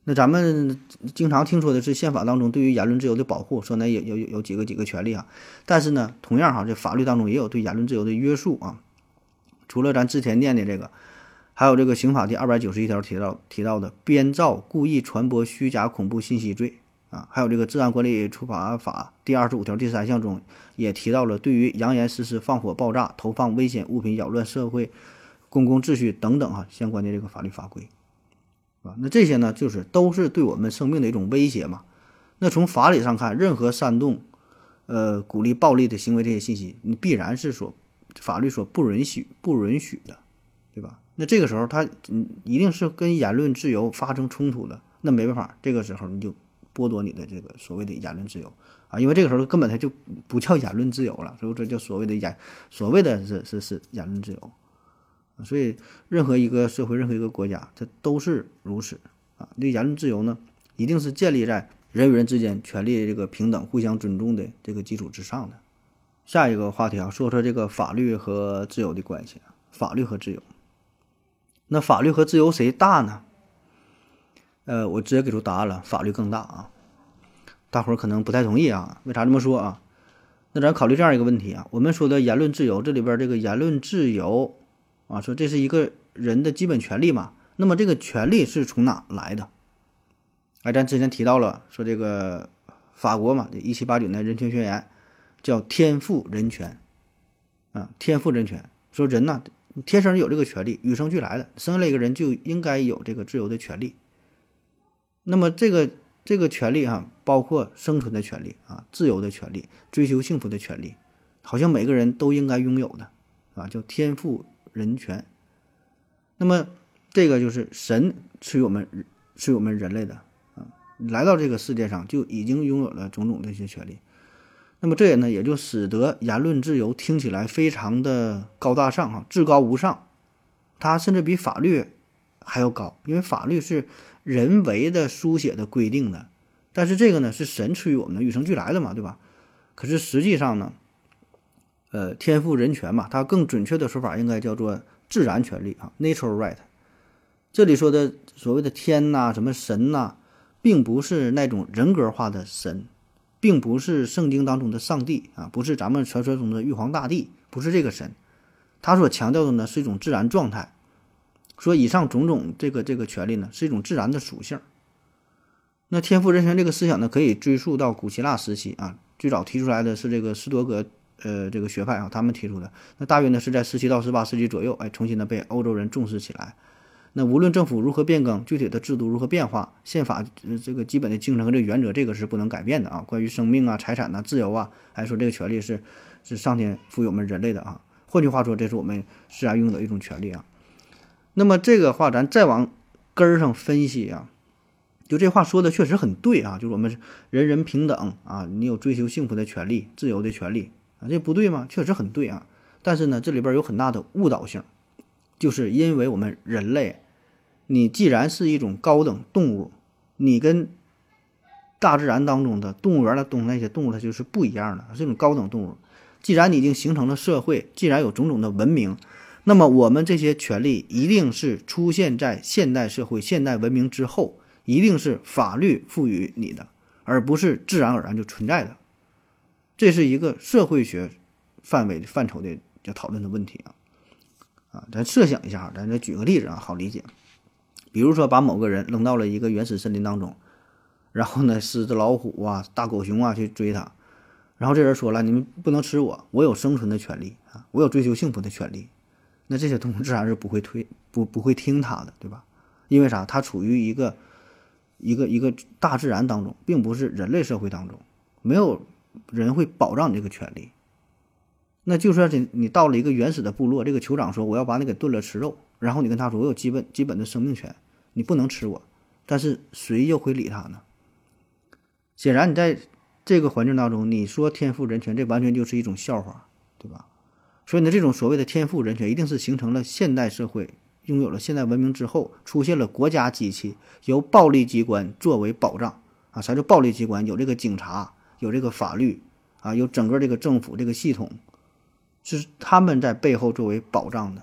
那咱们经常听说的是宪法当中对于言论自由的保护，说呢有有有几个几个权利啊，但是呢，同样哈，这法律当中也有对言论自由的约束啊。除了咱之前念的这个，还有这个刑法第二百九十一条提到提到的编造、故意传播虚假恐怖信息罪啊，还有这个治安管理处罚法第二十五条第三项中也提到了对于扬言实施放火、爆炸、投放危险物品、扰乱社会公共秩序等等哈相关的这个法律法规。那这些呢，就是都是对我们生命的一种威胁嘛。那从法理上看，任何煽动、呃鼓励暴力的行为这些信息，你必然是说法律所不允许、不允许的，对吧？那这个时候，它嗯一定是跟言论自由发生冲突的。那没办法，这个时候你就剥夺你的这个所谓的言论自由啊，因为这个时候根本它就不叫言论自由了，所以这叫所谓的言，所谓的是是是言论自由。所以，任何一个社会、任何一个国家，它都是如此啊。这言论自由呢，一定是建立在人与人之间权利这个平等、互相尊重的这个基础之上的。下一个话题啊，说说这个法律和自由的关系。法律和自由，那法律和自由谁大呢？呃，我直接给出答案了，法律更大啊。大伙儿可能不太同意啊，为啥这么说啊？那咱考虑这样一个问题啊，我们说的言论自由，这里边这个言论自由。啊，说这是一个人的基本权利嘛，那么这个权利是从哪来的？哎，咱之前提到了，说这个法国嘛，这一七八九年人权宣言叫天赋人权啊，天赋人权，说人呢天生有这个权利，与生俱来的，生下来一个人就应该有这个自由的权利。那么这个这个权利啊，包括生存的权利啊，自由的权利，追求幸福的权利，好像每个人都应该拥有的啊，叫天赋人权。那么这个就是神赐予我们赐予我们人类的啊，来到这个世界上就已经拥有了种种这些权利。那么这也呢也就使得言论自由听起来非常的高大上哈，至高无上，它甚至比法律还要高，因为法律是人为的书写的规定的，但是这个呢是神赐予我们的，与生俱来的嘛，对吧？可是实际上呢呃，天赋人权嘛，它更准确的说法应该叫做自然权利啊 ，natural right。这里说的所谓的天呐、什么神呐，并不是那种人格化的神，并不是圣经当中的上帝啊，不是咱们传说中的玉皇大帝，不是这个神。他所强调的呢是一种自然状态，说以上种种这个这个权利呢是一种自然的属性。那天赋人权这个思想呢，可以追溯到古希腊时期啊，最早提出来的是这个斯多葛。呃，这个学派啊，他们提出的，那大约呢是在十七到十八世纪左右，哎，重新的被欧洲人重视起来。那无论政府如何变更，具体的制度如何变化，宪法、呃、这个基本的精神和这个原则，这个是不能改变的啊。关于生命啊、财产啊、自由啊，还说这个权利是是上天赋予我们人类的啊。换句话说，这是我们自然拥有的一种权利啊。那么这个话，咱再往根儿上分析啊，就这话说的确实很对啊，就是我们人人平等啊，你有追求幸福的权利、自由的权利。啊，这不对吗？确实很对啊，但是呢，这里边有很大的误导性，就是因为我们人类，你既然是一种高等动物，你跟大自然当中的动物园的东那些动物它就是不一样的，是一种高等动物。既然你已经形成了社会，既然有种种的文明，那么我们这些权利一定是出现在现代社会、现代文明之后，一定是法律赋予你的，而不是自然而然就存在的。这是一个社会学范围范畴的要讨论的问题啊啊！咱设想一下，咱再举个例子啊，好理解。比如说，把某个人扔到了一个原始森林当中，然后呢，狮子、老虎啊、大狗熊啊去追他，然后这人说了：“你们不能吃我，我有生存的权利啊，我有追求幸福的权利。”那这些动物自然是不会推不不会听他的，对吧？因为啥？他处于一个一个一个大自然当中，并不是人类社会当中，没有人会保障你这个权利。那就说你你到了一个原始的部落，这个酋长说我要把你给炖了吃肉，然后你跟他说我有基本基本的生命权，你不能吃我，但是谁又会理他呢？显然你在这个环境当中，你说天赋人权，这完全就是一种笑话，对吧？所以呢，这种所谓的天赋人权，一定是形成了现代社会拥有了现代文明之后，出现了国家机器，由暴力机关作为保障啊。啥叫暴力机关？有这个警察，有这个法律啊，有整个这个政府这个系统，是他们在背后作为保障的。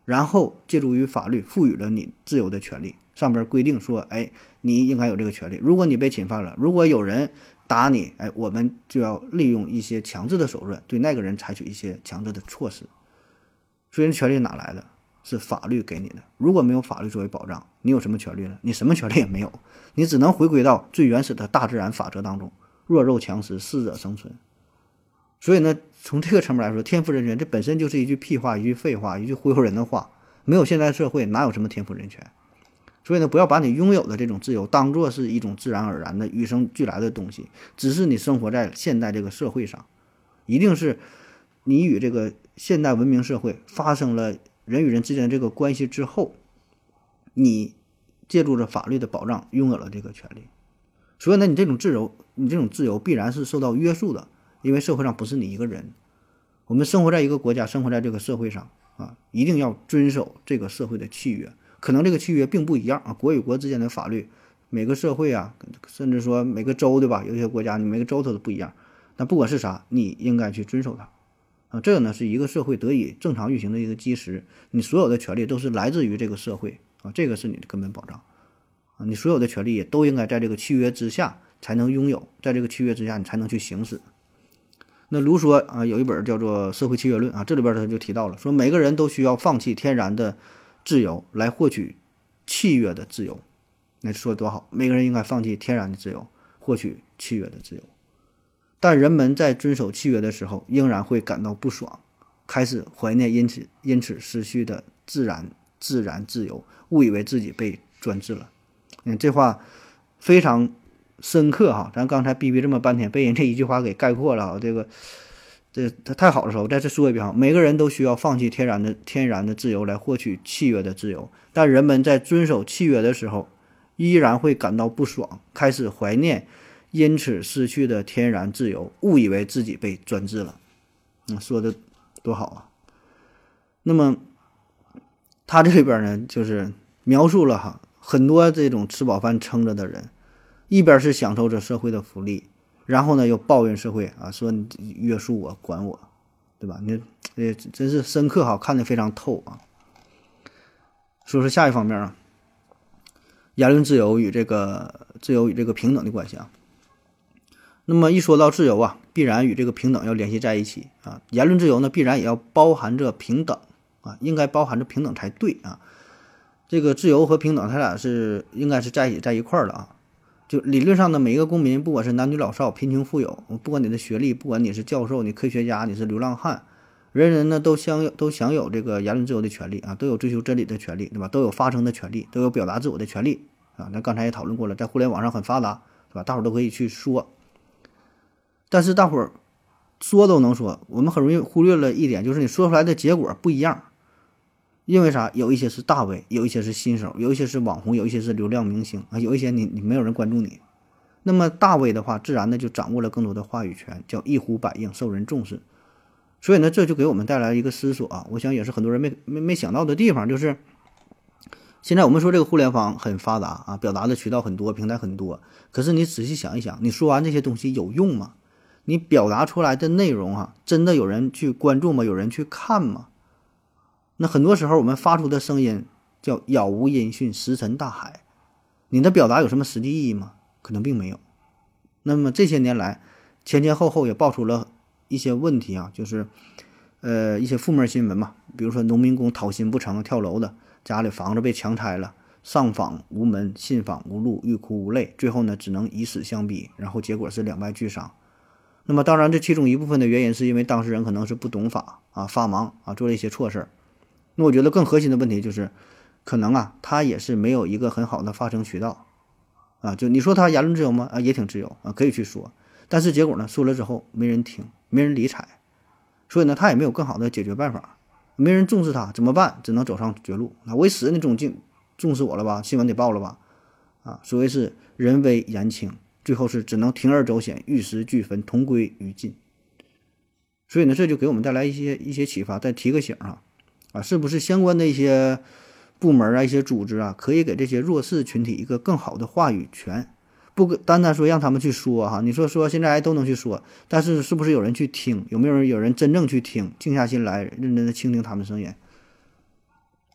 然后借助于法律赋予了你自由的权利，上边规定说，哎，你应该有这个权利，如果你被侵犯了，如果有人打你，哎，我们就要利用一些强制的手段对那个人采取一些强制的措施。所以权利哪来的？是法律给你的。如果没有法律作为保障，你有什么权利呢？你什么权利也没有，你只能回归到最原始的大自然法则当中，弱肉强食，适者生存。所以呢，从这个层面来说，天赋人权这本身就是一句屁话，一句废话，一句忽悠人的话。没有现代社会，哪有什么天赋人权？所以呢，不要把你拥有的这种自由当作是一种自然而然的与生俱来的东西，只是你生活在现代这个社会上，一定是你与这个现代文明社会发生了人与人之间的这个关系之后，你借助着法律的保障拥有了这个权利。所以呢，你这种自由，你这种自由必然是受到约束的，因为社会上不是你一个人，我们生活在一个国家，生活在这个社会上啊，一定要遵守这个社会的契约。可能这个契约并不一样啊，国与国之间的法律，每个社会啊，甚至说每个州，对吧？有些国家你每个州它都不一样。但不管是啥，你应该去遵守它啊。这个呢是一个社会得以正常运行的一个基石。你所有的权利都是来自于这个社会啊，这个是你的根本保障啊。你所有的权利也都应该在这个契约之下才能拥有，在这个契约之下你才能去行使。那卢梭啊有一本叫做《社会契约论》啊，这里边他就提到了，说每个人都需要放弃天然的自由来获取契约的自由。那说得多好，每个人应该放弃天然的自由，获取契约的自由。但人们在遵守契约的时候，仍然会感到不爽，开始怀念因此因此失去的自然自然自由，误以为自己被专制了。嗯，这话非常深刻哈，咱刚才逼逼这么半天，被人这一句话给概括了哈，这个这它太好的时候，再次说一遍哈，每个人都需要放弃天然的天然的自由来获取契约的自由，但人们在遵守契约的时候，依然会感到不爽，开始怀念因此失去的天然自由，误以为自己被专制了。嗯，说的多好啊！那么他这里边呢，就是描述了哈很多这种吃饱饭撑着的人，一边是享受着社会的福利，然后呢又抱怨社会啊，说你约束我管我，对吧？你这真是深刻哈，看得非常透啊。说说下一方面啊，言论自由与这个自由与这个平等的关系啊。那么一说到自由啊，必然与这个平等要联系在一起啊。言论自由呢，必然也要包含着平等啊，应该包含着平等才对啊。这个自由和平等，它俩是应该是在一起在一块儿的啊。就理论上的每一个公民，不管是男女老少、贫穷富有，不管你的学历，不管你是教授、你科学家、你是流浪汉，人人呢都享有都享有这个言论自由的权利啊，都有追求真理的权利，对吧？都有发声的权利，都有表达自我的权利啊。那刚才也讨论过了，在互联网上很发达，对吧？大伙儿都可以去说。但是大伙儿说都能说，我们很容易忽略了一点，就是你说出来的结果不一样。因为啥？有一些是大 V， 有一些是新手，有一些是网红，有一些是流量明星啊，有一些你你没有人关注你。那么大 V 的话，自然的就掌握了更多的话语权，叫一呼百应，受人重视。所以呢，这就给我们带来一个思索啊，我想也是很多人没没没想到的地方，就是现在我们说这个互联网很发达啊，表达的渠道很多，平台很多，可是你仔细想一想，你说完这些东西有用吗？你表达出来的内容啊，真的有人去关注吗？有人去看吗？那很多时候我们发出的声音叫杳无音讯，石沉大海，你的表达有什么实际意义吗？可能并没有。那么这些年来前前后后也爆出了一些问题啊，就是呃一些负面新闻嘛，比如说农民工讨薪不成跳楼的，家里房子被强拆了，上访无门，信访无路，欲哭无泪，最后呢只能以死相逼，然后结果是两败俱伤。那么当然这其中一部分的原因是因为当事人可能是不懂法啊，发忙啊，做了一些错事儿。那我觉得更核心的问题就是，可能啊，他也是没有一个很好的发声渠道，啊，就你说他言论自由吗？啊，也挺自由啊，可以去说，但是结果呢，说了之后没人听，没人理睬，所以呢，他也没有更好的解决办法，没人重视他，怎么办？只能走上绝路。那我一死，你总重重视我了吧？新闻得报了吧？啊，所谓是人微言轻，最后是只能铤而走险，玉石俱焚，同归于尽。所以呢，这就给我们带来一些一些启发，再提个醒啊。啊，是不是相关的一些部门啊、一些组织啊，可以给这些弱势群体一个更好的话语权？不单单说让他们去说哈，你说说现在都能去说，但是是不是有人去听？有没有人有人真正去听，静下心来认真的倾听他们声音？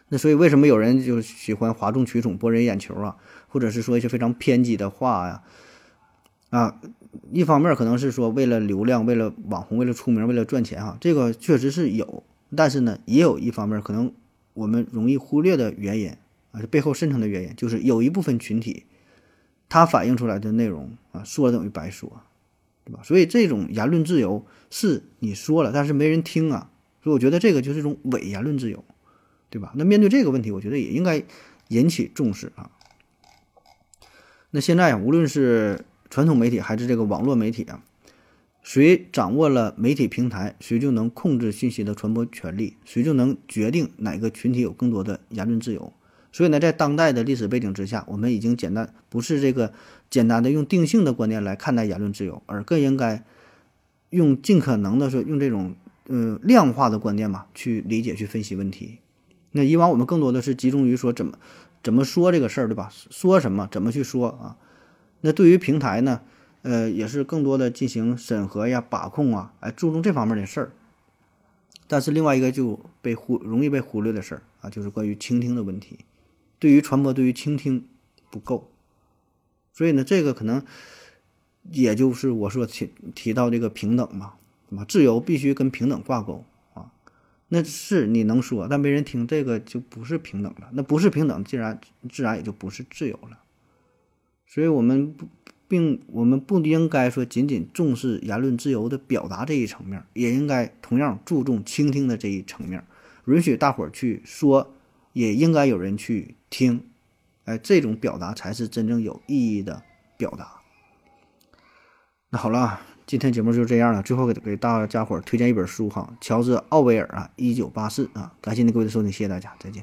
那所以为什么有人就喜欢哗众取宠、博人眼球啊，或者是说一些非常偏激的话呀？啊，一方面可能是说为了流量、为了网红、为了出名、为了赚钱哈，这个确实是有，但是呢，也有一方面可能我们容易忽略的原因啊，背后深层的原因就是有一部分群体，它反映出来的内容啊，说等于白说，对吧？所以这种言论自由是你说了，但是没人听啊，所以我觉得这个就是一种伪言论自由，对吧？那面对这个问题，我觉得也应该引起重视啊。那现在啊，无论是传统媒体还是这个网络媒体啊，谁掌握了媒体平台，谁就能控制信息的传播权利，谁就能决定哪个群体有更多的言论自由。所以呢，在当代的历史背景之下，我们已经简单不是这个简单的用定性的观念来看待言论自由，而更应该用尽可能的说用这种呃量化的观念嘛去理解、去分析问题。那以往我们更多的是集中于说怎么怎么说这个事儿，对吧？说什么，怎么去说啊？那对于平台呢，呃，也是更多的进行审核呀、把控啊，哎，注重这方面的事儿。但是另外一个就被忽容易被忽略的事儿啊，就是关于倾听的问题。对于传播，对于倾听不够，所以呢，这个可能也就是我说提提到这个平等嘛，对吧？自由必须跟平等挂钩啊。那是你能说，但没人听，这个就不是平等了。那不是平等，自然自然也就不是自由了。所以我们不并我们不应该说仅仅重视言论自由的表达这一层面，也应该同样注重倾听的这一层面，允许大伙儿去说，也应该有人去听，哎，这种表达才是真正有意义的表达。那好了，今天节目就这样了。最后给给大家伙儿推荐一本书哈，乔治·奥威尔啊，一九八四啊。感谢您各位的收听，谢谢大家，再见。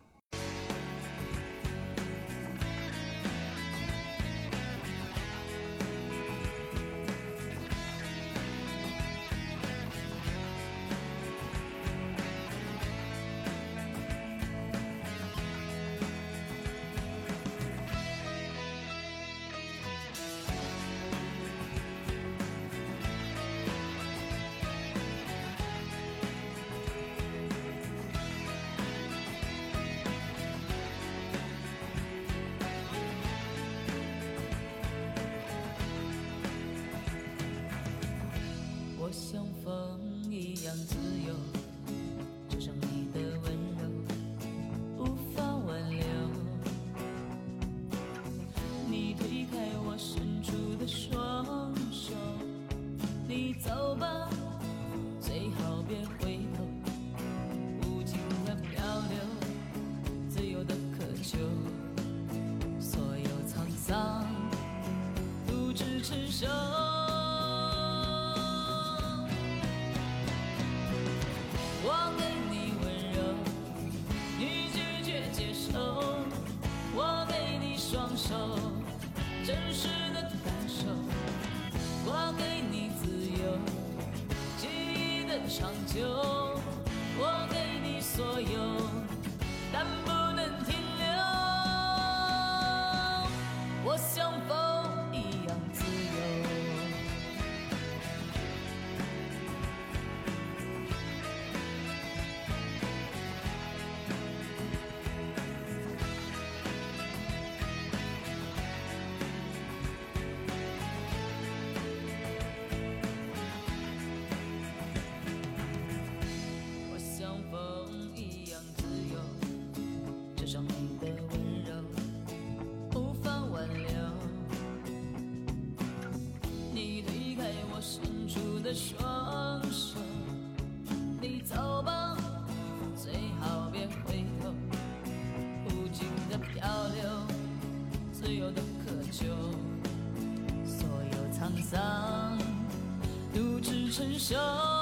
我像风一样自由，就像你的温柔无法挽留。你推开我伸出的双手，你走吧，最好别回头。无尽的漂流，自由的渴求，所有沧桑独自承受。我给你温柔，你拒绝接受。我给你双手，真实的感受。我给你自由，记忆的长久。我给你所有，但不能停留。我像风一样自由。的双手，你走吧，最好别回头。无尽的漂流，自由的渴求，所有沧桑独自承受。